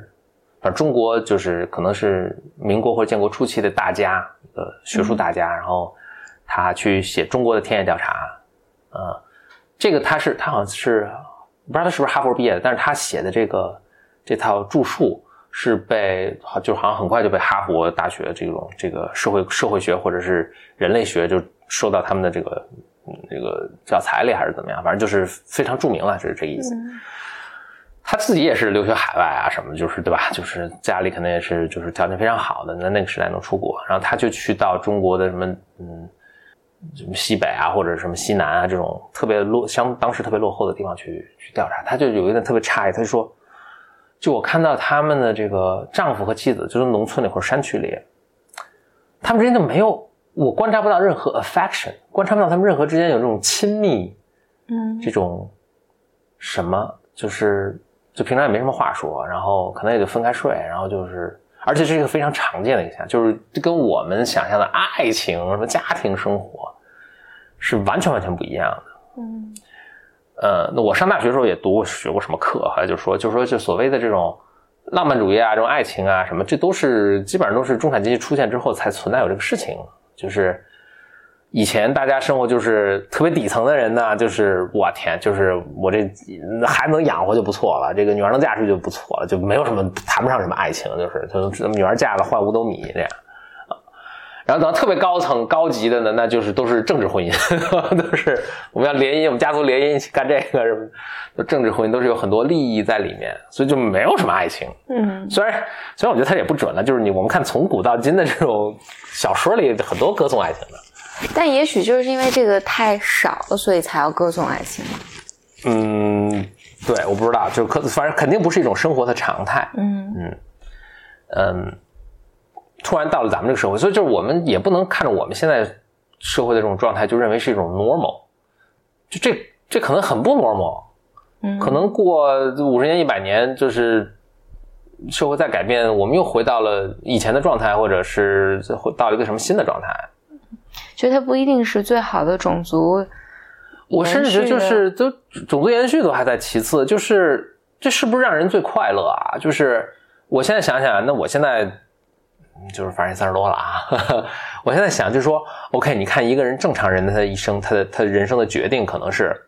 反正中国就是可能是民国或者建国初期的大家，呃，学术大家，嗯、然后他去写中国的田野调查，呃，这个他是他好像是不知道他是不是哈佛毕业的，但是他写的这个这套著述是被就好像很快就被哈佛大学这种这个社会社会学或者是人类学就收到他们的这个这个教材里还是怎么样，反正就是非常著名了，就是这个意思。嗯，他自己也是留学海外啊什么，就是对吧，就是家里可能也是就是条件非常好的，那那个时代能出国，然后他就去到中国的什么嗯什么西北啊或者什么西南啊这种特别落相当时特别落后的地方去去调查，他就有一点特别诧异，他就说就我看到他们的这个丈夫和妻子就是农村里或者山区里，他们之间就没有，我观察不到任何 affection， 观察不到他们任何之间有这种亲密嗯这种什么就是就平常也没什么话说，然后可能也就分开睡，然后就是，而且是一个非常常见的一项，就是跟我们想象的爱情什么家庭生活是完全完全不一样的。嗯，呃，那我上大学的时候也读过学过什么课，后来就说，就说就所谓的这种浪漫主义啊，这种爱情啊什么，这都是基本上都是中产阶级出现之后才存在有这个事情，就是。以前大家生活就是特别底层的人呢，就是我天，就是我这孩子能养活就不错了，这个女儿能嫁出去就不错了，就没有什么谈不上什么爱情，就是就女儿嫁了换五斗米这样啊。然后等到特别高层高级的呢，那就是都是政治婚姻，都是我们要联姻，我们家族联姻一起干这个什么的，政治婚姻都是有很多利益在里面，所以就没有什么爱情。嗯，虽然虽然我觉得它也不准了，就是你我们看从古到今的这种小说里很多歌颂爱情的。 但也许就是因为这个太少了，所以才要歌颂爱情。 嗯，对，我不知道，就可反正肯定不是一种生活的常态。嗯嗯嗯，突然到了咱们这个社会，所以就是我们也不能看着我们现在社会的这种状态就认为是一种 normal， 就这这可能很不 normal。嗯，可能过五十年、一百年，就是社会在改变，我们又回到了以前的状态，或者是到了一个什么新的状态。 觉得它不一定是最好的种族， 我甚至觉得就是都种族延续都还在其次，就是这是不是让人最快乐啊？就是我现在想想，那我现在就是反正三十多了啊，呵呵我现在想就是说 ，OK， 你看一个人正常人的他一生，他的他人生的决定可能是，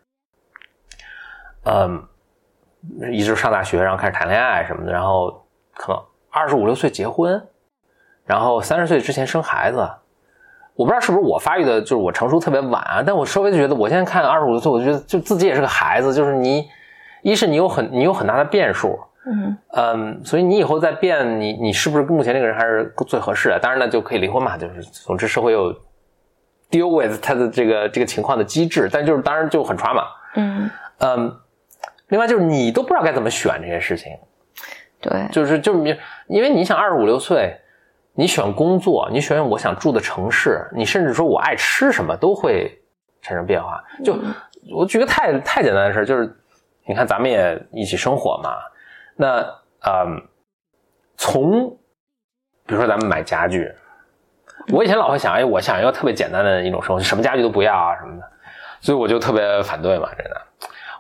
嗯，一直上大学，然后开始谈恋爱什么的，然后可能二十五六岁结婚，然后三十岁之前生孩子。我不知道是不是我发育的，就是我成熟特别晚啊，但我稍微就觉得，我现在看二十五岁，我觉得就自己也是个孩子，就是你，一是你有很你有很大的变数，嗯嗯，所以你以后再变，你你是不是目前这个人还是最合适的？当然呢，就可以离婚嘛，就是总之社会有 deal with 他的这个这个情况的机制，但就是当然就很 trauma，嗯嗯，另外就是你都不知道该怎么选这些事情， 对， 就是就是因为你想二十五六岁。你选工作，你选我想住的城市，你甚至说我爱吃什么都会产生变化。就我举个太太简单的事，就是你看咱们也一起生活嘛，那嗯，从比如说咱们买家具，我以前老会想，哎，我想要特别简单的一种生活，什么家具都不要啊什么的，所以我就特别反对嘛，真的。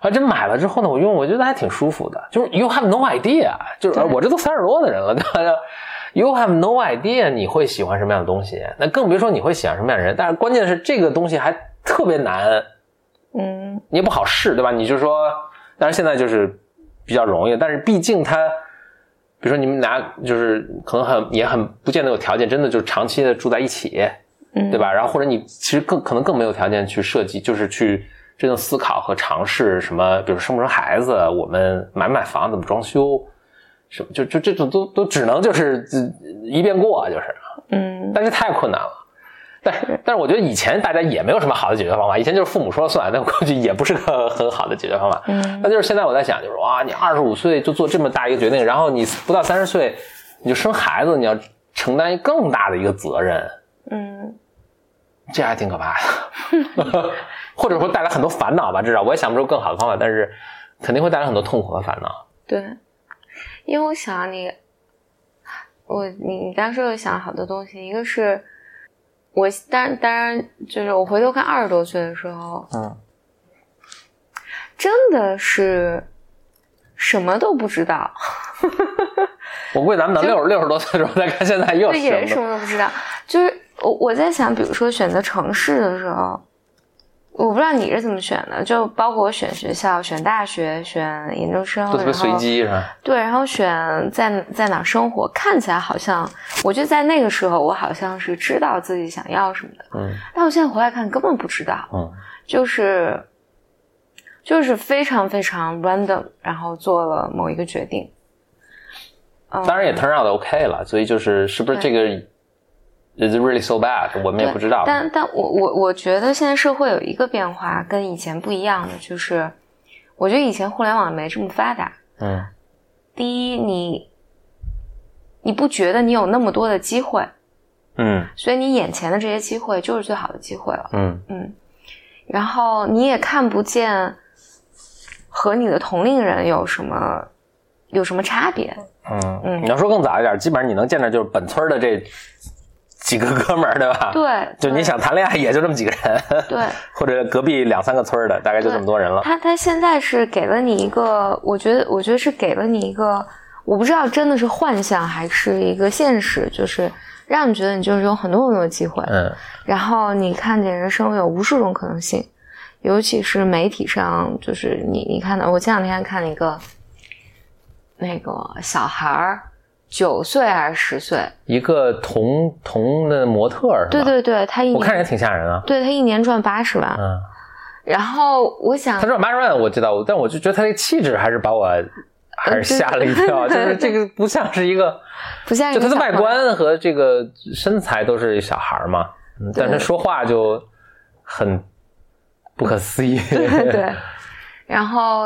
还真买了之后呢，我用我觉得还挺舒服的，就是 you have no idea， 就是我这都三十多的人了，对吧？You have no idea 你会喜欢什么样的东西，那更别说你会喜欢什么样的人。但是关键是这个东西还特别难， 嗯， 你也不好试，对吧？你就说，但是现在就是比较容易，但是毕竟它，比如说你们俩就是可能很也很不见得有条件，真的就长期的住在一起， 嗯， 对吧？然后或者你其实更可能更没有条件去设计，就是去真正思考和尝试什么，比如生不生孩子，我们买不买房，怎么装修。什么就就这种都都只能就是一遍过，就是， 嗯， 但是太困难了。但是但是我觉得以前大家也没有什么好的解决方法，以前就是父母说了算，那过去也不是个很好的解决方法。 嗯， 那就是现在我在想，就是哇，你二十五岁就做这么大一个决定，然后你不到三十岁你就生孩子，你要承担更大的一个责任。 嗯， 这还挺可怕的，或者说带来很多烦恼吧，至少我也想不出更好的方法，但是肯定会带来很多痛苦和烦恼。 对。因为我想你，我你你当时有想好多东西，一个是我当然当然就是我回头看二十多岁的时候， 嗯， 真的是什么都不知道。 我估计咱们能六十六十多岁的时候再看，现在又对也是什么都不知道。就是我我在想，比如说选择城市的时候。我不知道你是怎么选的，就包括我选学校、选大学、选研究生， 都特别随机是吧？ 对，然后选在在哪生活，看起来好像，我觉得在那个时候我好像是知道自己想要什么的， 嗯， 但我现在回来看根本不知道， 嗯， 就是就是非常非常 random， 然后做了某一个决定， 嗯、当然也 turn out OK 了，所以就是是不是这个。Is it really so bad？ 我们也不知道。 但但我我我觉得现在社会有一个变化跟以前不一样的，就是我觉得以前互联网没这么发达。 嗯。 第一，你你不觉得你有那么多的机会？ 嗯。 所以你眼前的这些机会就是最好的机会了。 嗯嗯。然后你也看不见和你的同龄人有什么有什么差别。 嗯嗯。你要说更早一点，基本上你能见着就是本村的这。几个哥们儿对吧？ 对， 就你想谈恋爱也就这么几个人， 对， 或者隔壁两三个村的，大概就这么多人了。 他他现在是给了你一个，我觉得我觉得是给了你一个，我不知道真的是幻象还是一个现实，就是让你觉得你就是有很多很多机会， 嗯， 然后你看见人生有无数种可能性，尤其是媒体上，就是你你看到我前两天看了一个那个小孩儿。九岁还是十岁？ 一个童童的模特是吧？ 对对对，他一年我看着也挺吓人啊。 对他一年赚八十万， 嗯。 然后我想他赚八十万，我知道，但我就觉得他这气质还是把我还是吓了一跳，就是这个不像是一个， 不像一个就他的外观和这个身材都是小孩嘛，嗯，但是说话就很不可思议。 对对，然后。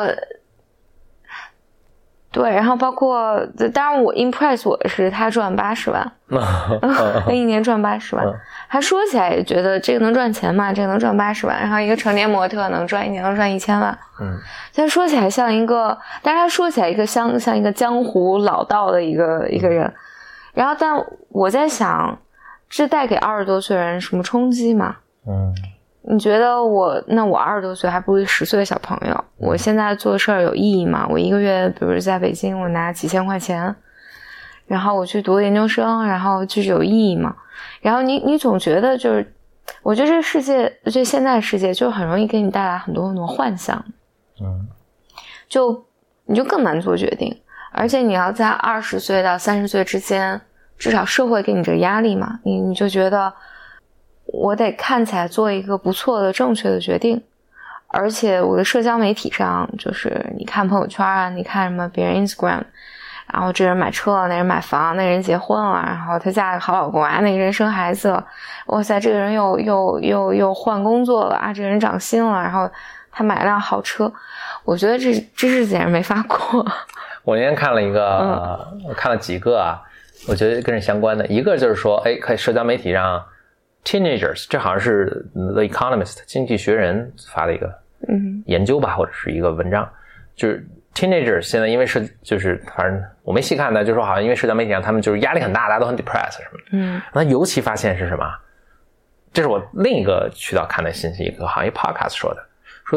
对，然后包括，当然我 impress 我的是他赚八十万，他一年赚八十万。他说起来也觉得这个能赚钱嘛，这个能赚八十万，然后一个成年模特能赚一年能赚一千万。 嗯， 他说起来像一个，但是他说起来一个像像一个江湖老道的一个一个人。然后，但我在想，这带给二十多岁人什么冲击吗？ 嗯。 你觉得我那我二十多岁还不如十岁的小朋友，我现在做事儿有意义吗？我一个月比如在北京我拿几千块钱，然后我去读研究生，然后就是有意义吗？然后你你总觉得就是我觉得这个世界就现在世界就很容易给你带来很多很多幻想， 嗯， 就你就更难做决定，而且你要在二十岁到三十岁之间，至少社会给你这个压力嘛，你你就觉得我得看起来做一个不错的正确的决定，而且我的社交媒体上就是你看朋友圈啊，你看什么别人 Instagram， 然后这人买车了，那人买房，那人结婚了，然后他嫁了个好老公啊，那个人生孩子了，哇塞，这个人又又又又换工作了啊，这个人涨薪了，然后他买辆好车，我觉得这这日子简直没法过。 我那天看了一个， 嗯、 我看了几个啊，我觉得跟这相关的，一个就是说，哎，可以社交媒体让 teenagers， 这好像是 The Economist 经济学人发的一个研究吧，或者是一个文章，就是 teenagers 现在因为社就是反正我没细看的，就说好像因为社交媒体上他们就是压力很大，大家都很 depressed 什么的。 嗯， 那尤其发现是什么？这是我另一个渠道看的信息，一个好像一 podcast 说的，说对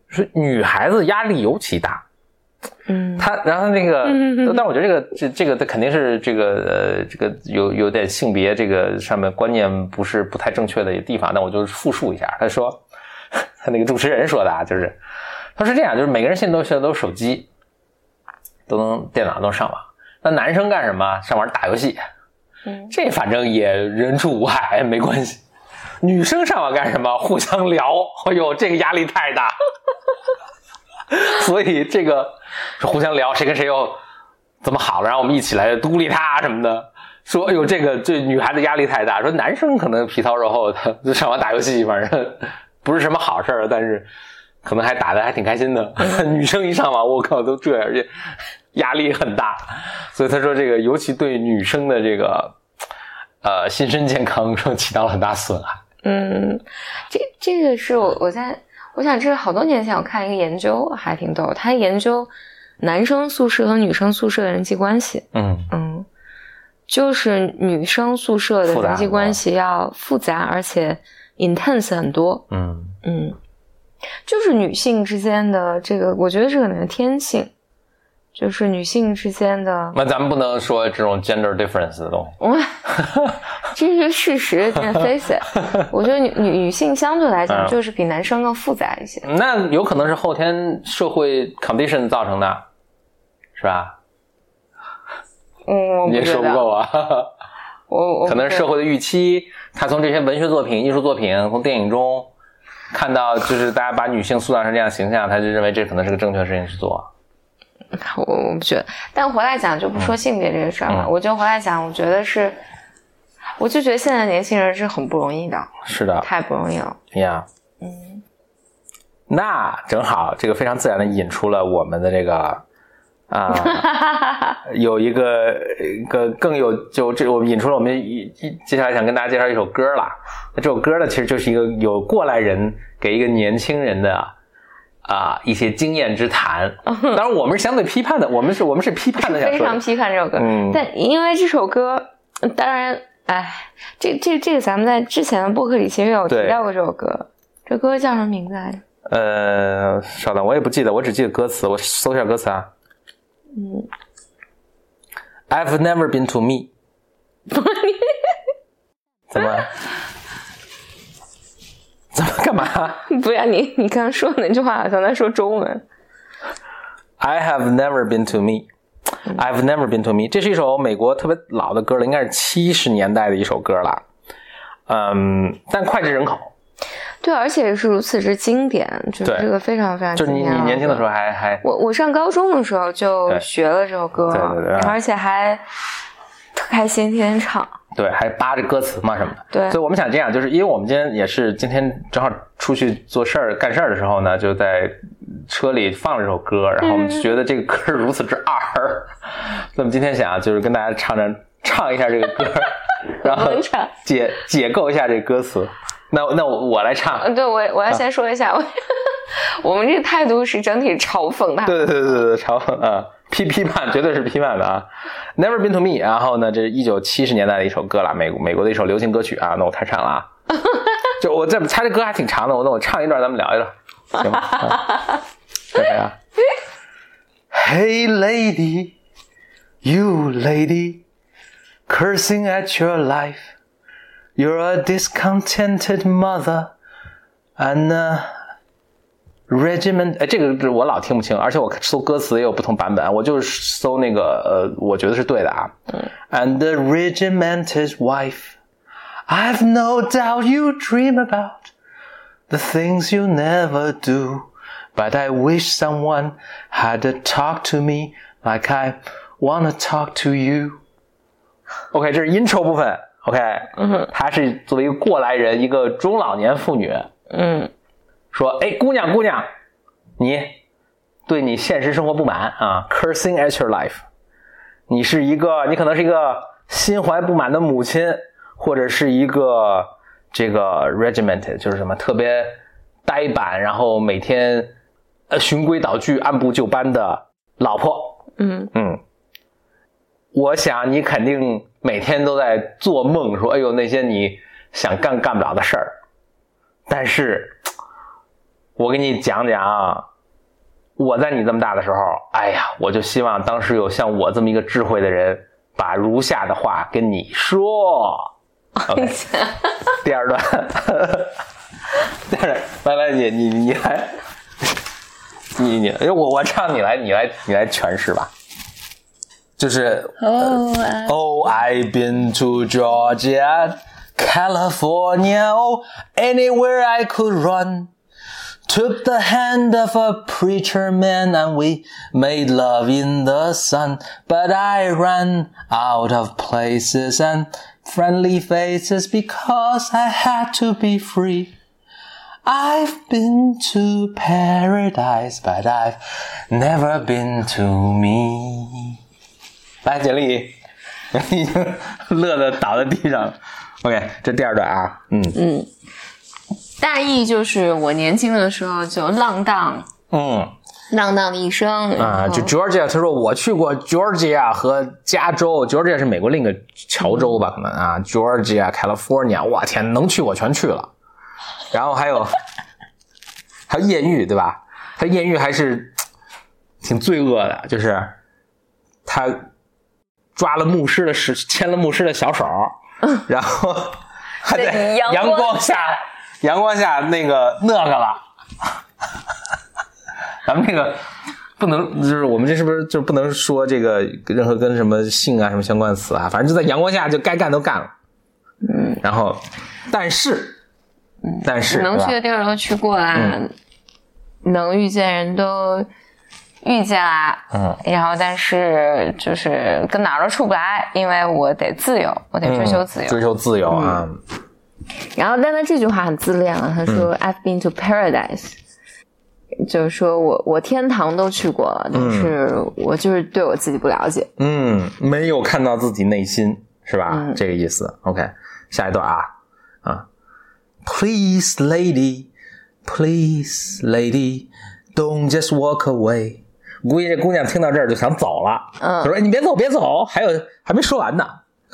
说女孩子压力尤其大。 嗯， 他然后那个，嗯、但我觉得这个这这个肯定是这个呃这个有有点性别这个上面观念不是不太正确的地方，但我就复述一下。他说，他那个主持人说的啊，就是他是这样，就是每个人现在都现在都有手机，都能电脑都能上网。那男生干什么？上网打游戏，嗯，这反正也人畜无害，没关系。女生上网干什么？互相聊，哎呦，这个压力太大。所以这个互相聊谁跟谁又怎么好了，然后我们一起来独立他什么的，说哎呦这个这女孩子压力太大，说男生可能皮糙肉厚的就上网打游戏，反正不是什么好事，但是可能还打得还挺开心的。女生一上网我靠都这样，而且压力很大，所以他说这个尤其对女生的这个呃心身健康说起到了很大损害。 嗯，这这个是我我在我想这是好多年前我看一个研究还挺逗，他研究男生宿舍和女生宿舍的人际关系。嗯嗯，就是女生宿舍的人际关系要复杂而且 intense 很多。嗯嗯，就是女性之间的这个我觉得这可能是天性，就是女性之间的。 那咱们不能说这种 gender difference 的东西。 这是事实 face it 我觉得女女女性相对来讲就是比男生更复杂一些。 嗯、那有可能是后天社会 condition 造成的，是吧？ 嗯，我不觉得。 你也说不够啊。 我我可能是社会的预期，他从这些文学作品、艺术作品、从电影中看到，就是大家把女性塑造成这样形象，他就认为这可能是个正确的事情去做。 我我不觉得，但回来讲就不说性别这个事儿了。嗯、我就回来讲，我觉得是。我就觉得现在年轻人是很不容易的，是的，太不容易了呀。Yeah. 嗯，那正好，这个非常自然的引出了我们的这个啊、呃，有一个一个更有就这我们引出了我们一接下来想跟大家介绍一首歌啦。那这首歌呢，其实就是一个有过来人给一个年轻人的啊、呃、一些经验之谈。当然，我们是相对批判的，我们是我们是批判的， 非常批判这首歌。嗯，但因为这首歌，当然。哎，这这这个咱们在之前的播客里其实有提到过这首歌，这歌叫什么名字来着？ 呃，稍等，我也不记得，我只记得歌词，我搜一下歌词啊。嗯 ，I've never been to me 。怎么？怎么干嘛？ 不要你你刚刚说的那句话好像在说中文。 I have never been to me。I've never been to me， 这是一首美国特别老的歌了，应该是七十年代的一首歌了，嗯，但脍炙人口。 对，而且是如此之经典，就是这个非常非常经典。 就是你你年轻的时候还还我我上高中的时候就学了这首歌， 对对对， 而且还特开心，天天唱。 对，还扒着歌词嘛什么的。 对， 所以我们想这样，就是因为我们今天也是今天正好出去做事儿干事儿的时候呢，就在车里放了这首歌，然后我们就觉得这个歌如此之二，所以我们今天想就是跟大家唱着唱一下这个歌，然后解解构一下这个歌词。那那我我来唱。 对，我我要先说一下，啊、我, 我们这个态度是整体嘲讽的。 对对对对对，嘲讽啊，批批判绝对是批判的啊。Never been to me， 然后呢，这是一九七十年代的一首歌了，美国美国的一首流行歌曲啊。那我开唱了啊，就我这他这歌还挺长的，我那我唱一段，咱们聊一聊，行吗？啊 OK 啊 ，Hey lady, you lady, cursing at your life, you're a discontented mother, and a regiment。哎，这个我老听不清，而且我搜歌词也有不同版本，我就是搜那个呃，我觉得是对的啊。And a regimented wife, I've no doubt you dream about the things you never do.But I wish someone had to talk to me like I want to talk to you. OK， 这是 intro 部分。OK， 嗯，她是作为一个过来人，一个中老年妇女，嗯，说，哎，姑娘，姑娘，你对你现实生活不满啊 ，cursing at your life。你是一个，你可能是一个心怀不满的母亲，或者是一个这个 regimented， 就是什么特别呆板，然后每天。呃，循规蹈矩、按部就班的老婆，嗯嗯，我想你肯定每天都在做梦，说，哎呦，那些你想干干不了的事儿。但是， 我给你讲讲我在你这么大的时候，哎呀，我就希望当时有像我这么一个智慧的人把如下的话跟你说。OK， 第二段，第二段，来来，你你你来，你你，我我唱，你来，你来，你来诠释吧。就是 Oh, I... Oh, I've been to Georgia, California, oh, anywhere I could run. Took the hand of a preacher man and we made love in the sun. But I ran out of places and friendly faces because I had to be free. I've been to paradise, but I've never been to me. 来，简历已经乐得倒在地上了。OK， 这第二段啊，嗯嗯，大意就是我年轻的时候就浪荡， 嗯， 浪荡的一生啊，就 Georgia， 他说我去过 Georgia 和加州 ，Georgia 是美国另一个乔州吧，可能啊 ，Georgia、California， 哇天，能去我全去了。然后还有还有艳遇，对吧？他艳遇还是挺罪恶的，就是他抓了牧师的手，牵了牧师的小手，然后还在阳光下，阳光下那个那个了。咱们这个不能，就是我们这是不是就不能说这个任何跟什么性啊什么相关的词啊？反正就在阳光下就该干都干了。嗯，然后但是。但是能去的地儿都去过啦、嗯，能遇见人都遇见啦，嗯，然后但是就是跟哪儿都出不来，因为我得自由，我得追求自由， 嗯、追求自由啊、嗯。 然后，但他这句话很自恋啊，他说、嗯、：“I've been to paradise”， 就是说我我天堂都去过了，但是我就是对我自己不了解， 嗯，没有看到自己内心，是吧？嗯、这个意思。OK， 下一段啊啊。Please, lady, please, lady, don't just walk away. 估计这姑娘听到这儿就想走了。嗯，她说：“你别走，别走，还有还没说完呢。”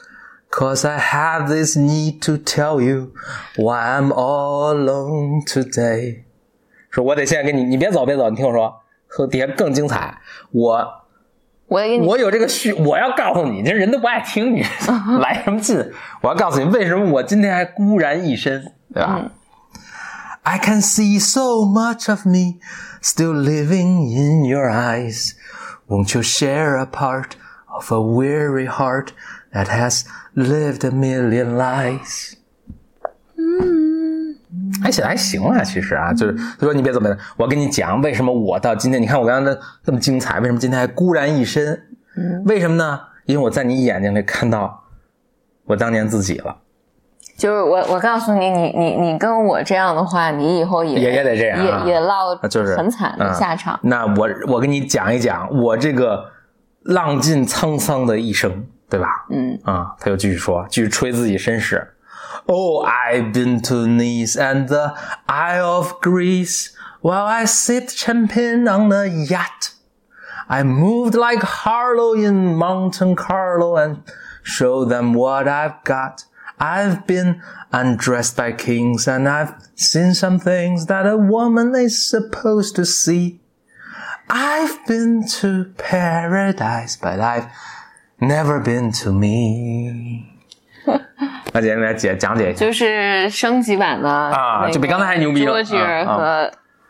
Cause I have this need to tell you why I'm all alone today. 说我得现在跟你，你别走，别走，你听我说，和底下更精彩。我我我有这个需，我要告诉你，这人都不爱听你来什么劲。我要告诉你，为什么我今天还孤然一身。对吧、嗯、I can see so much of me still living in your eyes. Won't you share a part of a weary heart that has lived a million lives? 嗯，还写的还行啊，其实啊，就是他说你别怎么样，我跟你讲为什么我到今天，你看我刚刚这么精彩，为什么今天还孤然一身？嗯，为什么呢？因为我在你眼睛里看到我当年自己了。 就是我，我告诉你，你你你跟我这样的话，你以后也也也得这样、啊， 也也落就是很惨的下场。 嗯、那我我跟你讲一讲我这个浪尽沧桑的一生，对吧？嗯啊，他又继续说，继续吹自己身世。Oh, I've been to Nice and the Isle of Greece while I sip champagne on a yacht. I moved like Harlow in Monte Carlo and show them what I've got.I've been undressed by kings and I've seen some things that a woman is supposed to see. I've been to paradise, but I've never been to me. 那姐来姐讲解一下， 就是升级版的啊，就比刚才还牛逼了。 Georgia 和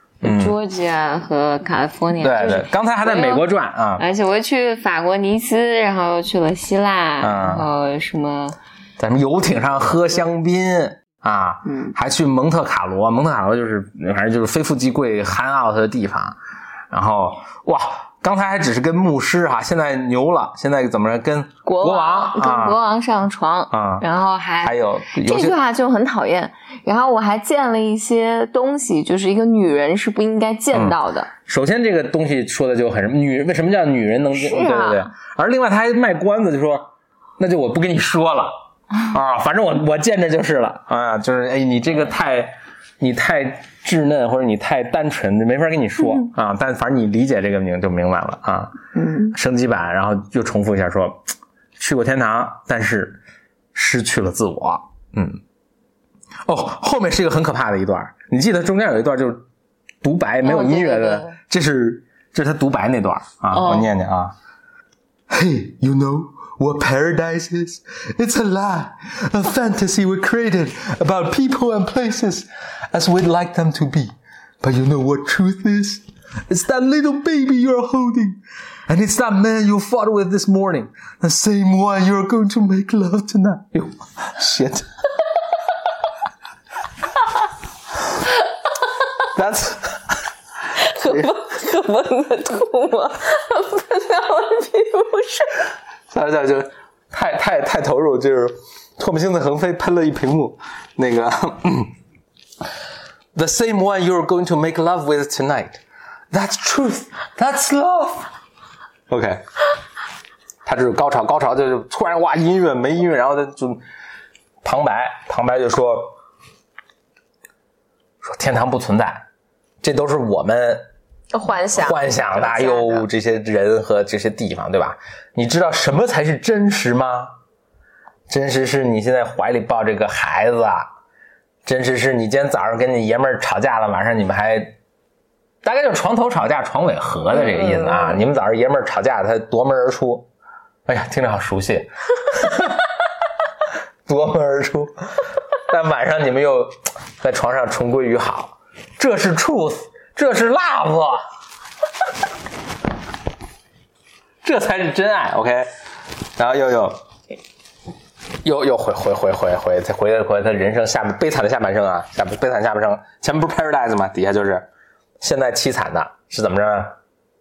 Georgia 和 California， 对对，刚才还在美国转啊， 而且我又去法国尼斯，然后又去了希腊，然后什么。 在什么游艇上喝香槟啊，嗯，还去蒙特卡罗，蒙特卡罗就是反正就是非富即贵 hang out 的地方。然后哇，刚才还只是跟牧师哈、啊，现在牛了，现在怎么着跟国王跟国王上床啊，然后还还有这句话就很讨厌。然后我还见了一些东西，就是一个女人是不应该见到的。嗯、 首先这个东西说的就很女，为什么叫女人能见？ 是啊、 对对对。而另外他还卖关子，就说那就我不跟你说了。啊，反正我我见着就是了啊，就是哎，你这个太你太稚嫩或者你太单纯，没法跟你说、嗯、啊。但反正你理解这个名就明白了啊。嗯，升级版，然后又重复一下说，去过天堂，但是失去了自我。嗯，哦，后面是一个很可怕的一段，你记得中间有一段就是独白没有音乐的， 哦、对对对这是这是他独白那段啊，哦、我念念啊。Hey, you know what paradise is? It's a lie, a fantasy we created about people and places as we'd like them to be. But you know what truth is? It's that little baby you're holding. And it's that man you fought with this morning. The same one you're going to make love tonight. Shit. That's... 可不可不能吐吗？喷到我皮肤上。 大家就太太太投入，就是唾沫星子横飞喷了一屏幕。那个 The same one you're going to make love with tonight. That's truth. That's love. OK. 他这是高潮，高潮就是突然哇音乐没音乐，然后他就旁白，旁白就说说天堂不存在，这都是我们幻想幻想的哟，这些人和这些地方，对吧？你知道什么才是真实吗？真实是你现在怀里抱这个孩子，真实是你今天早上跟你爷们儿吵架了，晚上你们还大概就是床头吵架床尾和的这个意思啊。嗯嗯嗯你们早上爷们儿吵架，他夺门而出，哎呀，听着好熟悉，夺门而出。但晚上你们又在床上重归于好，这是 truth， 这是 love， 这才是真爱。OK， 然后又又又又回回回回回再回回他人生下悲惨的下半生啊，下悲惨下半生，前面不是 paradise 吗？底下就是现在凄惨的是怎么着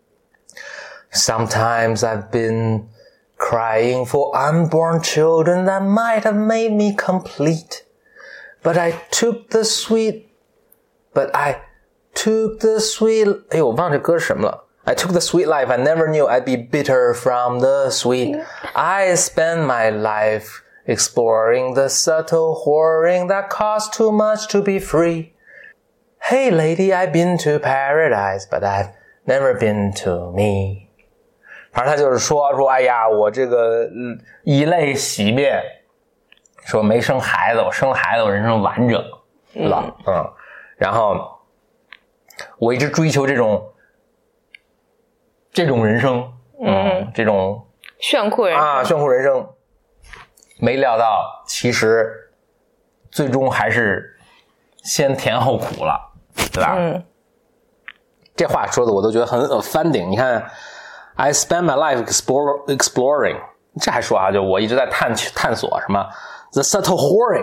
？Sometimes I've been crying for unborn children that might have made me complete, but I took the sweet, but I took the sweet. 哎呦，我忘了这歌是什么了。I took the sweet life. I never knew I'd be bitter from the sweet. I spent my life exploring the subtle whoring that costs too much to be free. Hey lady, I've been to paradise, but I've never been to me. 反正他就是说说，哎呀，我这个以泪洗面，说没生孩子，我生了孩子，我人生完整了，嗯，嗯然后我一直追求这种这种人生，嗯，嗯这种炫酷人生啊，炫酷人生，没料到其实最终还是先甜后苦了，对吧？ 嗯， 这话说的我都觉得很 offending。你看 ，I spend my life explore, exploring， 这还说啊，就我一直在探探索什么 the subtle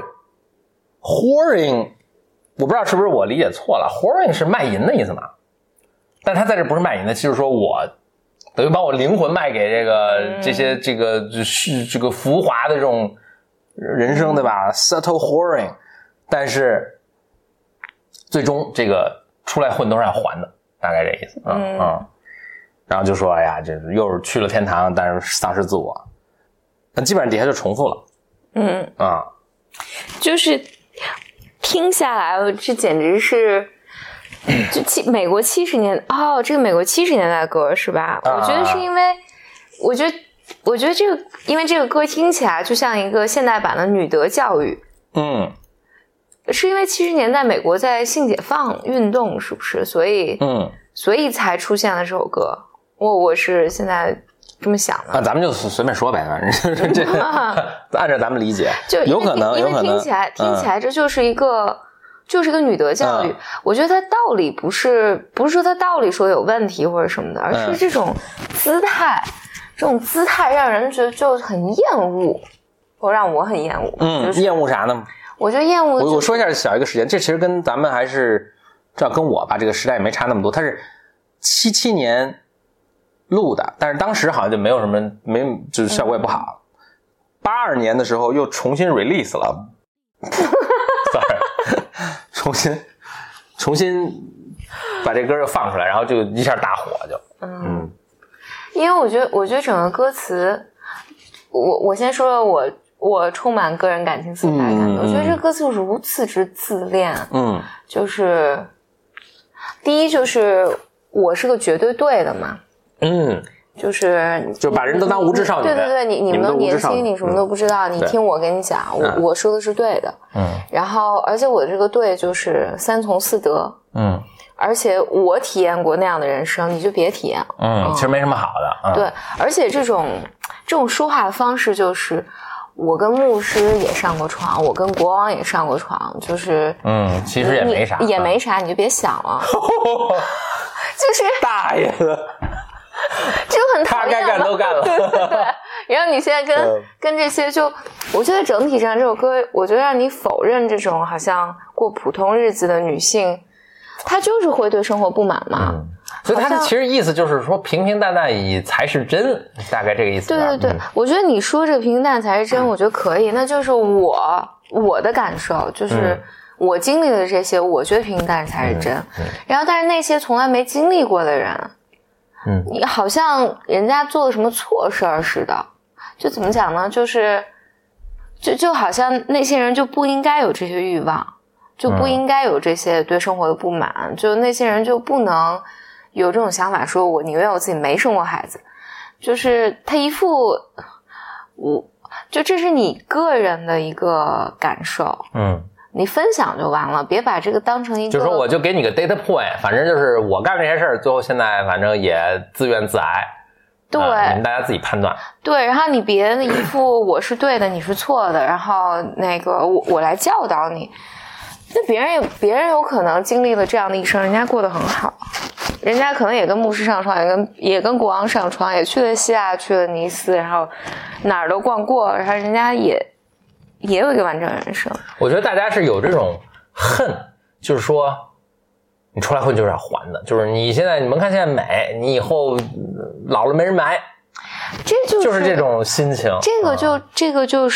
whoring，whoring， 我不知道是不是我理解错了 ，whoring 是卖淫的意思嘛？但他在这不是卖淫的，就是说我等于把我灵魂卖给这个、嗯、这些这个就是这个浮华的这种人生，对吧 ？subtle whoring， 但是最终这个出来混都是要还的，大概这意思，嗯嗯。然后就说，哎呀，这又是去了天堂，但是丧失自我，那基本上底下就重复了， 嗯啊， 就是听下来，这简直是。就七美国七十年哦，这个美国七十年代的歌是吧？啊、我觉得是因为，我觉得我觉得这个，因为这个歌听起来就像一个现代版的女德教育。 嗯， 是因为七十年代美国在性解放运动，是不是？所以嗯， 所以才出现了这首歌。我我是现在这么想的。 啊，咱们就随便说呗，这按照咱们理解， 就有可能， 因为有可能听起来、嗯、听起来这就是一个。就是个女德教育、嗯、我觉得它道理不是不是说它道理说有问题或者什么的，而是这种姿态、嗯、这种姿态让人觉得就很厌恶，或让我很厌恶。 嗯、就是、厌恶啥呢？ 我就厌恶、就是、 我我说一下小一个时间，这其实跟咱们还是这要跟我吧这个时代也没差那么多，它是七七年录的，但是当时好像就没有什么没就是效果也不好。八二、嗯、年的时候又重新 release 了sorry 重新重新把这歌又放出来，然后就一下大火就嗯, 嗯因为我觉得我觉得整个歌词我我先说我我充满个人感情色彩感、嗯、我觉得这个歌词如此之自恋， 嗯， 就是第一就是我是个绝对对的嘛， 嗯， 就是就把人都当无知少女， 对对对，你你们都年轻，你什么都不知道，嗯、你听我跟你讲，我、嗯、我说的是对的， 嗯， 然后而且我这个对就是三从四德， 嗯， 而且我体验过那样的人生，你就别体验了。 嗯， 嗯其实没什么好的。嗯、 对，而且这种这种说话的方式就是。我跟牧师也上过床，我跟国王也上过床，就是嗯，其实也没啥， 也没啥，你就别想了。就是大爷的， 就很讨厌， 他该干都干了。 对对对。然后你现在跟、嗯、跟这些就，我觉得整体上这首歌，我觉得让你否认这种好像过普通日子的女性，她就是会对生活不满嘛。嗯， 所以他的其实意思就是说平平淡淡以才是真，大概这个意思吧。 对对对、嗯、我觉得你说这个平平淡淡才是真、嗯、我觉得可以，那就是我我的感受，就是我经历的这些、嗯、我觉得平平淡淡才是真、嗯嗯、然后但是那些从来没经历过的人，嗯，你好像人家做了什么错事儿似的，就怎么讲呢，就是就就好像那些人就不应该有这些欲望，就不应该有这些对生活的不满、嗯、就那些人就不能有这种想法，说我宁愿我自己没生过孩子，就是他一副我就这是你个人的一个感受，嗯，你分享就完了，别把这个当成一个， 就是说我就给你个 data point， 反正就是我干这些事儿，最后现在反正也自怨自艾， 对、 呃，你们大家自己判断。 对，然后你别一副我是对的，你是错的，然后那个我我来教导你。那别人也别人有可能经历了这样的一生，人家过得很好，人家可能也跟牧师上床，也跟也跟国王上床，也去了希腊，去了尼斯，然后哪儿都逛过，然后人家也也有一个完整人生。 我觉得大家是有这种恨，就是说你出来混就是要还的，就是你现在你们看现在美，你以后老了没人买。 这就是就是这种心情， 这个就、嗯、这个就是、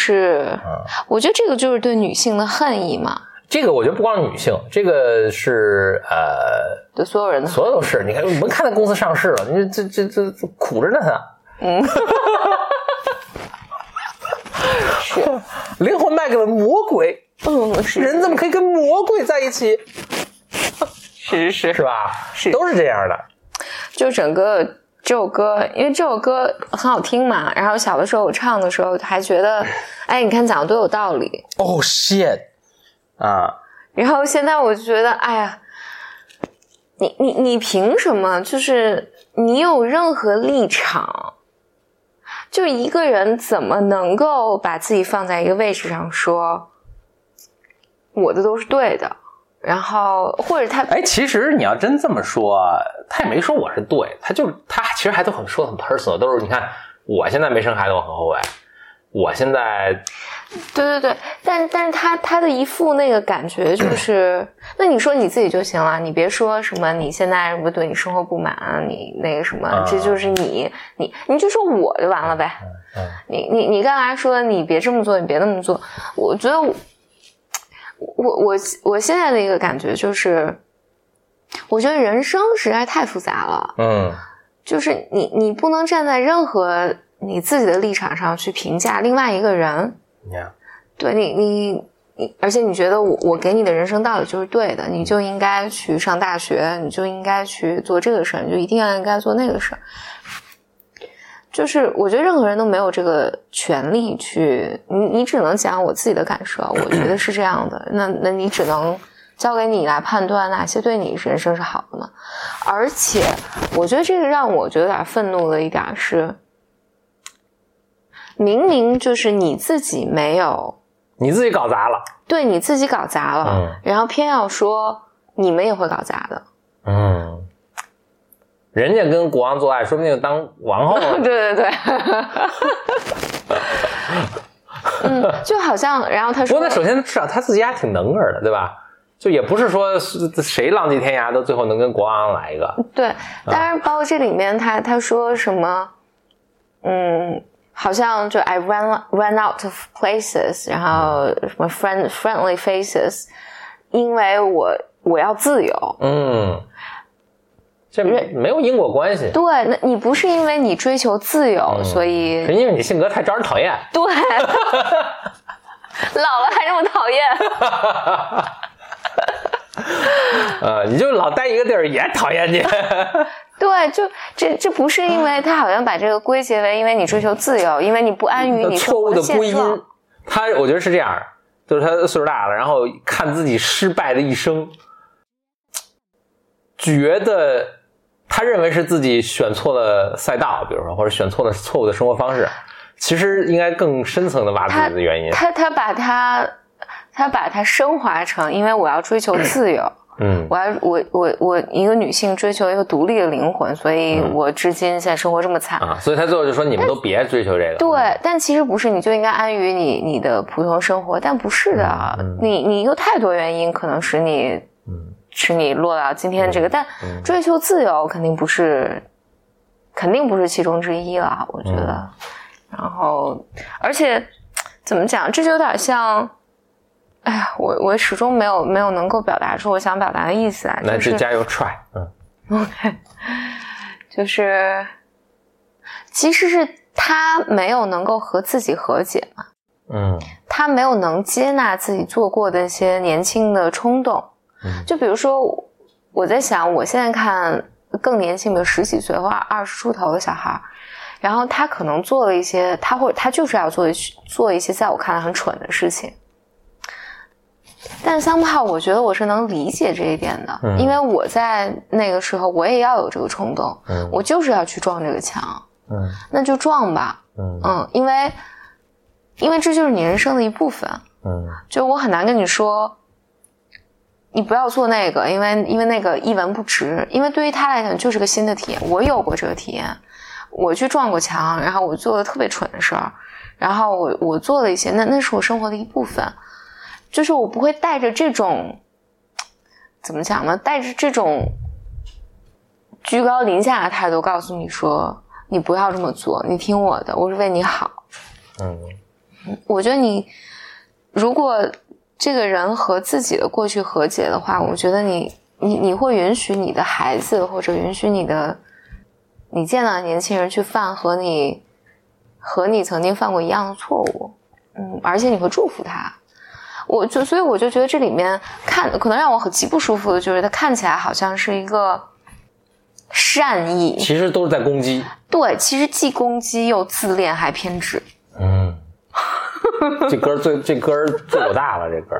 嗯、我觉得这个就是对女性的恨意嘛。这个我觉得不光是女性，这个是呃， 对所有人的， 所有都是。你看，你们看那公司上市了，你这这这这苦着呢，他。嗯。是。灵魂卖给了魔鬼。 嗯，是。 人怎么可以跟魔鬼在一起？ 是是是吧？ 是， 都是这样的。 就整个这首歌，因为这首歌很好听嘛，然后小的时候我唱的时候还觉得，哎，你看讲的多有道理。 哦、oh, shit。啊， 然后现在我就觉得，哎呀，你你你凭什么？就是你有任何立场？就一个人怎么能够把自己放在一个位置上说，我的都是对的？然后或者他， 哎，其实你要真这么说，他也没说我是对，他就是他其实还都很说很 personal， 都是你看我现在没生孩子，我很后悔。我现在， 对对对，但但是他他的一副那个感觉就是，那你说你自己就行了，你别说什么你现在什么对你生活不满，你那个什么，嗯、这就是你你你就说我就完了呗。嗯嗯、你你你干嘛说你别这么做，你别那么做？我觉得我我我我现在的一个感觉就是，我觉得人生实在太复杂了。嗯，就是你你不能站在任何你自己的立场上去评价另外一个人， yeah. 对你你你，而且你觉得我我给你的人生道理就是对的，你就应该去上大学，你就应该去做这个事儿，你就一定要应该做那个事儿。就是我觉得任何人都没有这个权利去，你你只能讲我自己的感受，我觉得是这样的，那那你只能交给你来判断哪些对你人生是好的嘛。而且我觉得这个让我觉得有点愤怒的一点是，明明就是你自己没有， 你自己搞砸了， 对，你自己搞砸了，嗯，然后偏要说你们也会搞砸的， 嗯，人家跟国王做爱，说不定当王后了。 对对对，嗯，就好像，然后他说， 不过那首先至少他自己还挺能儿的，对吧？就也不是说谁浪迹天涯都最后能跟国王来一个。 对，当然包括这里面他他说什么，嗯，好像就 I ran ran out of places， 然后什么 friend friendly faces， 因为我我要自由。嗯。 这没有因果关系。 对，那你不是因为你追求自由，嗯、所以是因为你性格太招人讨厌。 对，老了还这么讨厌。 呃，你就老待一个地儿也讨厌你。 对，就这这不是因为他好像把这个归结为因为你追求自由，因为你不安于你错误的归因。他我觉得是这样，就是他岁数大了，然后看自己失败的一生。 觉得他认为是自己选错了赛道，比如说或者选错了错误的生活方式，其实应该更深层的挖自己的原因。 他他他把他他把它升华成，因为我要追求自由。嗯，我要我我我一个女性追求一个独立的灵魂，所以我至今现在生活这么惨啊，所以他最后就说你们都别追求这个。 对，嗯、但其实不是，你就应该安于你你的普通生活，但不是的，嗯、你你有太多原因可能使你嗯使你落到今天这个，嗯、但追求自由肯定不是，肯定不是其中之一了，我觉得。嗯、然后，而且怎么讲，这就有点像。哎呀，我我始终没有没有能够表达出我想表达的意思啊。 那就加油 try， 嗯 ，OK， 就是其实是他没有能够和自己和解嘛，嗯，他没有能接纳自己做过的一些年轻的冲动，嗯，就比如说我在想，我现在看更年轻的十几岁或者二十出头的小孩，然后他可能做了一些，他或者他就是要做做一些在我看来很蠢的事情。但somehow我觉得我是能理解这一点的，嗯、因为我在那个时候我也要有这个冲动，嗯、我就是要去撞这个墙，嗯、那就撞吧，嗯, 嗯，因为因为这就是你人生的一部分，嗯，就我很难跟你说，你不要做那个，因为因为那个一文不值，因为对于他来讲就是个新的体验，我有过这个体验，我去撞过墙，然后我做了特别蠢的事儿，然后我我做了一些，那那是我生活的一部分。就是我不会带着这种怎么讲呢，带着这种居高临下的态度告诉你说你不要这么做，你听我的，我是为你好。嗯，我觉得你如果这个人和自己的过去和解的话，我觉得你你你会允许你的孩子或者允许你的你见到的年轻人去犯和你和你曾经犯过一样的错误，嗯，而且你会祝福他。我就所以我就觉得这里面看可能让我很极不舒服的就是它看起来好像是一个善意， 其实都是在攻击。 对，其实既攻击又自恋还偏执。 嗯，这歌最这歌最有大了，这歌。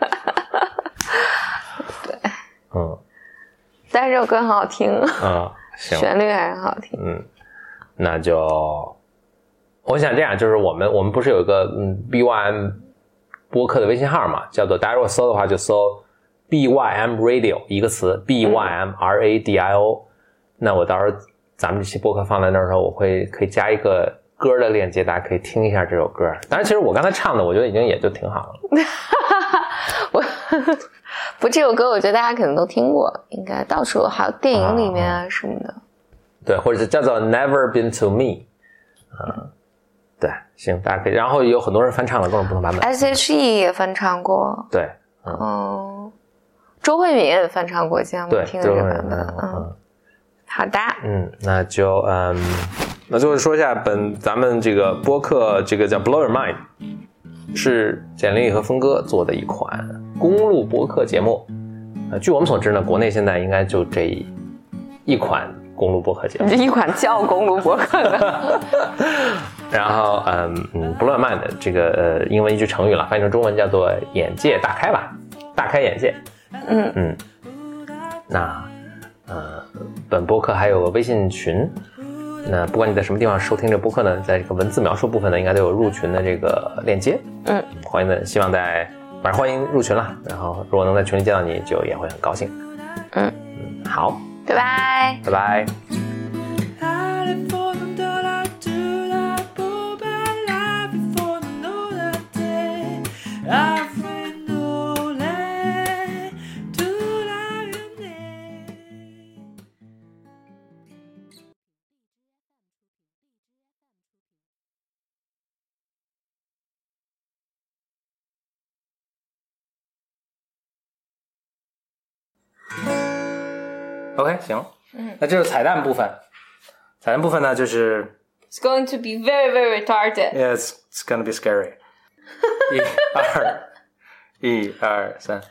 对， 嗯， 但是这首歌很好听。 嗯，行， 旋律还很好听。 嗯，那就我想这样，就是我们我们不是有一个嗯 B Y M。播客的微信号嘛，叫做大家如果搜的话就搜 B Y M Radio 一个词 B Y M R A D I O、嗯、那我到时候咱们这期播客放在那儿的时候，我会可以加一个歌的链接，大家可以听一下这首歌。当然其实我刚才唱的我觉得已经也就挺好了。 我不这首歌我觉得大家可能都听过，应该到处还有电影里面啊什么的、啊、 对，或者是叫做 Never Been to Me、嗯对，行，大家可以。然后有很多人翻唱了各种不同版本 ，S H E 也翻唱过， 对， 嗯，嗯周慧敏也翻唱过，今天我们听的这个版本，嗯，嗯好的， 嗯，那就嗯，那最后说一下本咱们这个播客，这个叫 Blow Your Mind， 是简历和峰哥做的一款公路播客节目。呃，据我们所知呢，国内现在应该就这一一款公路播客节目， 这一款叫公路播客的。 然后，嗯嗯 ，blow your mind 这个呃英文一句成语了，翻译成中文叫做“眼界大开”吧，大开眼界。嗯嗯。那呃，本播客还有个微信群，那不管你在什么地方收听这个播客呢，在这个文字描述部分呢，应该都有入群的这个链接。嗯，欢迎的，希望在反正欢迎入群了。然后如果能在群里见到你，就也会很高兴。嗯嗯，好， 拜拜， 拜拜。OK， 行，嗯，那这是彩蛋部分。彩蛋部分呢，就是 It's going to be very, very retarded. Yeah, it's it's going to be scary. 一二一二三。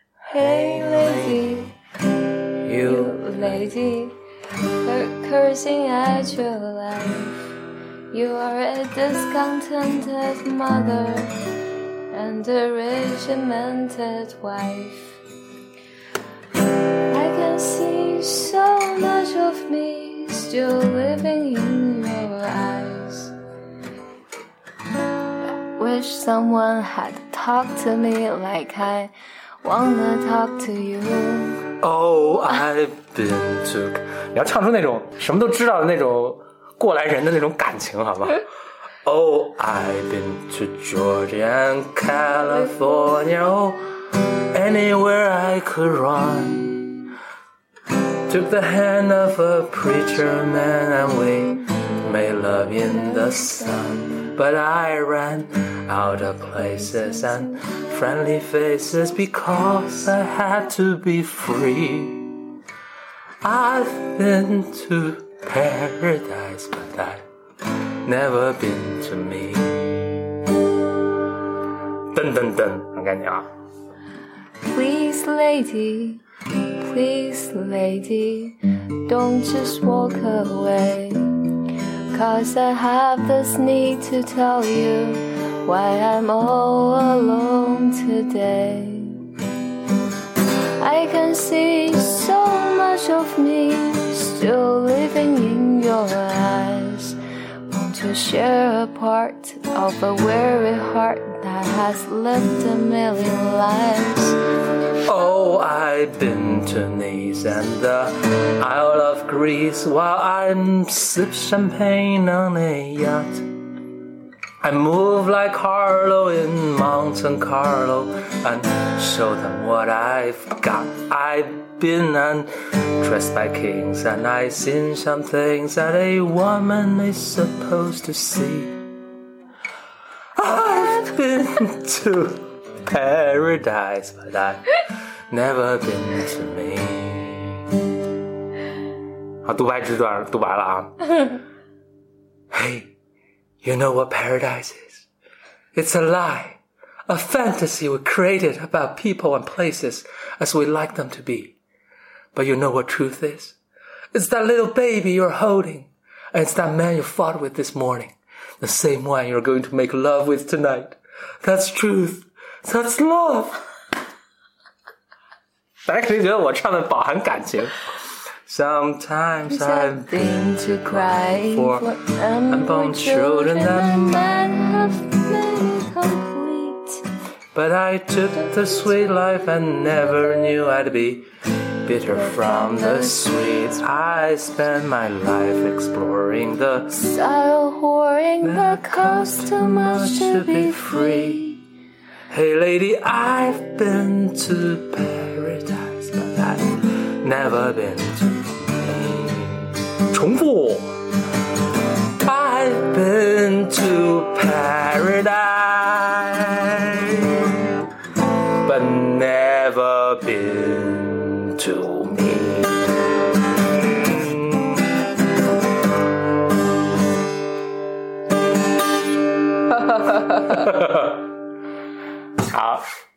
Hey lady, you lady, cursing at your life. You are a discontented mother and a regimented wife.I can see so much of me still living in your eyes. I wish someone had talked to me like I wanna talk to you. Oh, I've been to 你要唱出那种什么都知道的那种过来人的那种感情，好吧？Oh, I've been to Georgia and California, oh, anywhere I could run. Took the hand of a preacher man and we made love in the sun. But I ran out of places and friendly faces because I had to be free. I've been to paradise, but I've never been to me. 噔噔噔，很干净啊。 Please, lady, please, lady, don't just walk away. Cause I have this need to tell you why I'm all alone today. I can see so much of me still living in your eyes. Want to share a part of a weary heart that has lived a million lives. Oh, I've been to Nice and the Isle of Greece while I'm sip champagne on a yacht. I move like Harlow in Monte Carlo and show them what I've got. I've been undressed by kings and I've seen some things that a woman is supposed to see. I've been to paradise, but I've never been to me. 好，独白之段独白了啊。Hey, you know what paradise is? It's a lie, a fantasy we created about people and places as we like them to be. But you know what truth is? It's that little baby you're holding, and it's that man you fought with this morning, the same one you're going to make love with tonight. That's truth.That's love. 大家可以觉得我唱的饱含感情。Sometimes I've been to cry for unborn children that might have been complete. But I took the sweet life and never knew I'd be bitter from the sweet. I spent my life exploring the style, whoring the coast too much to be free.Hey lady, I've been to paradise, but I've never been to me. 重复 I've been to paradise, but never been to me. 好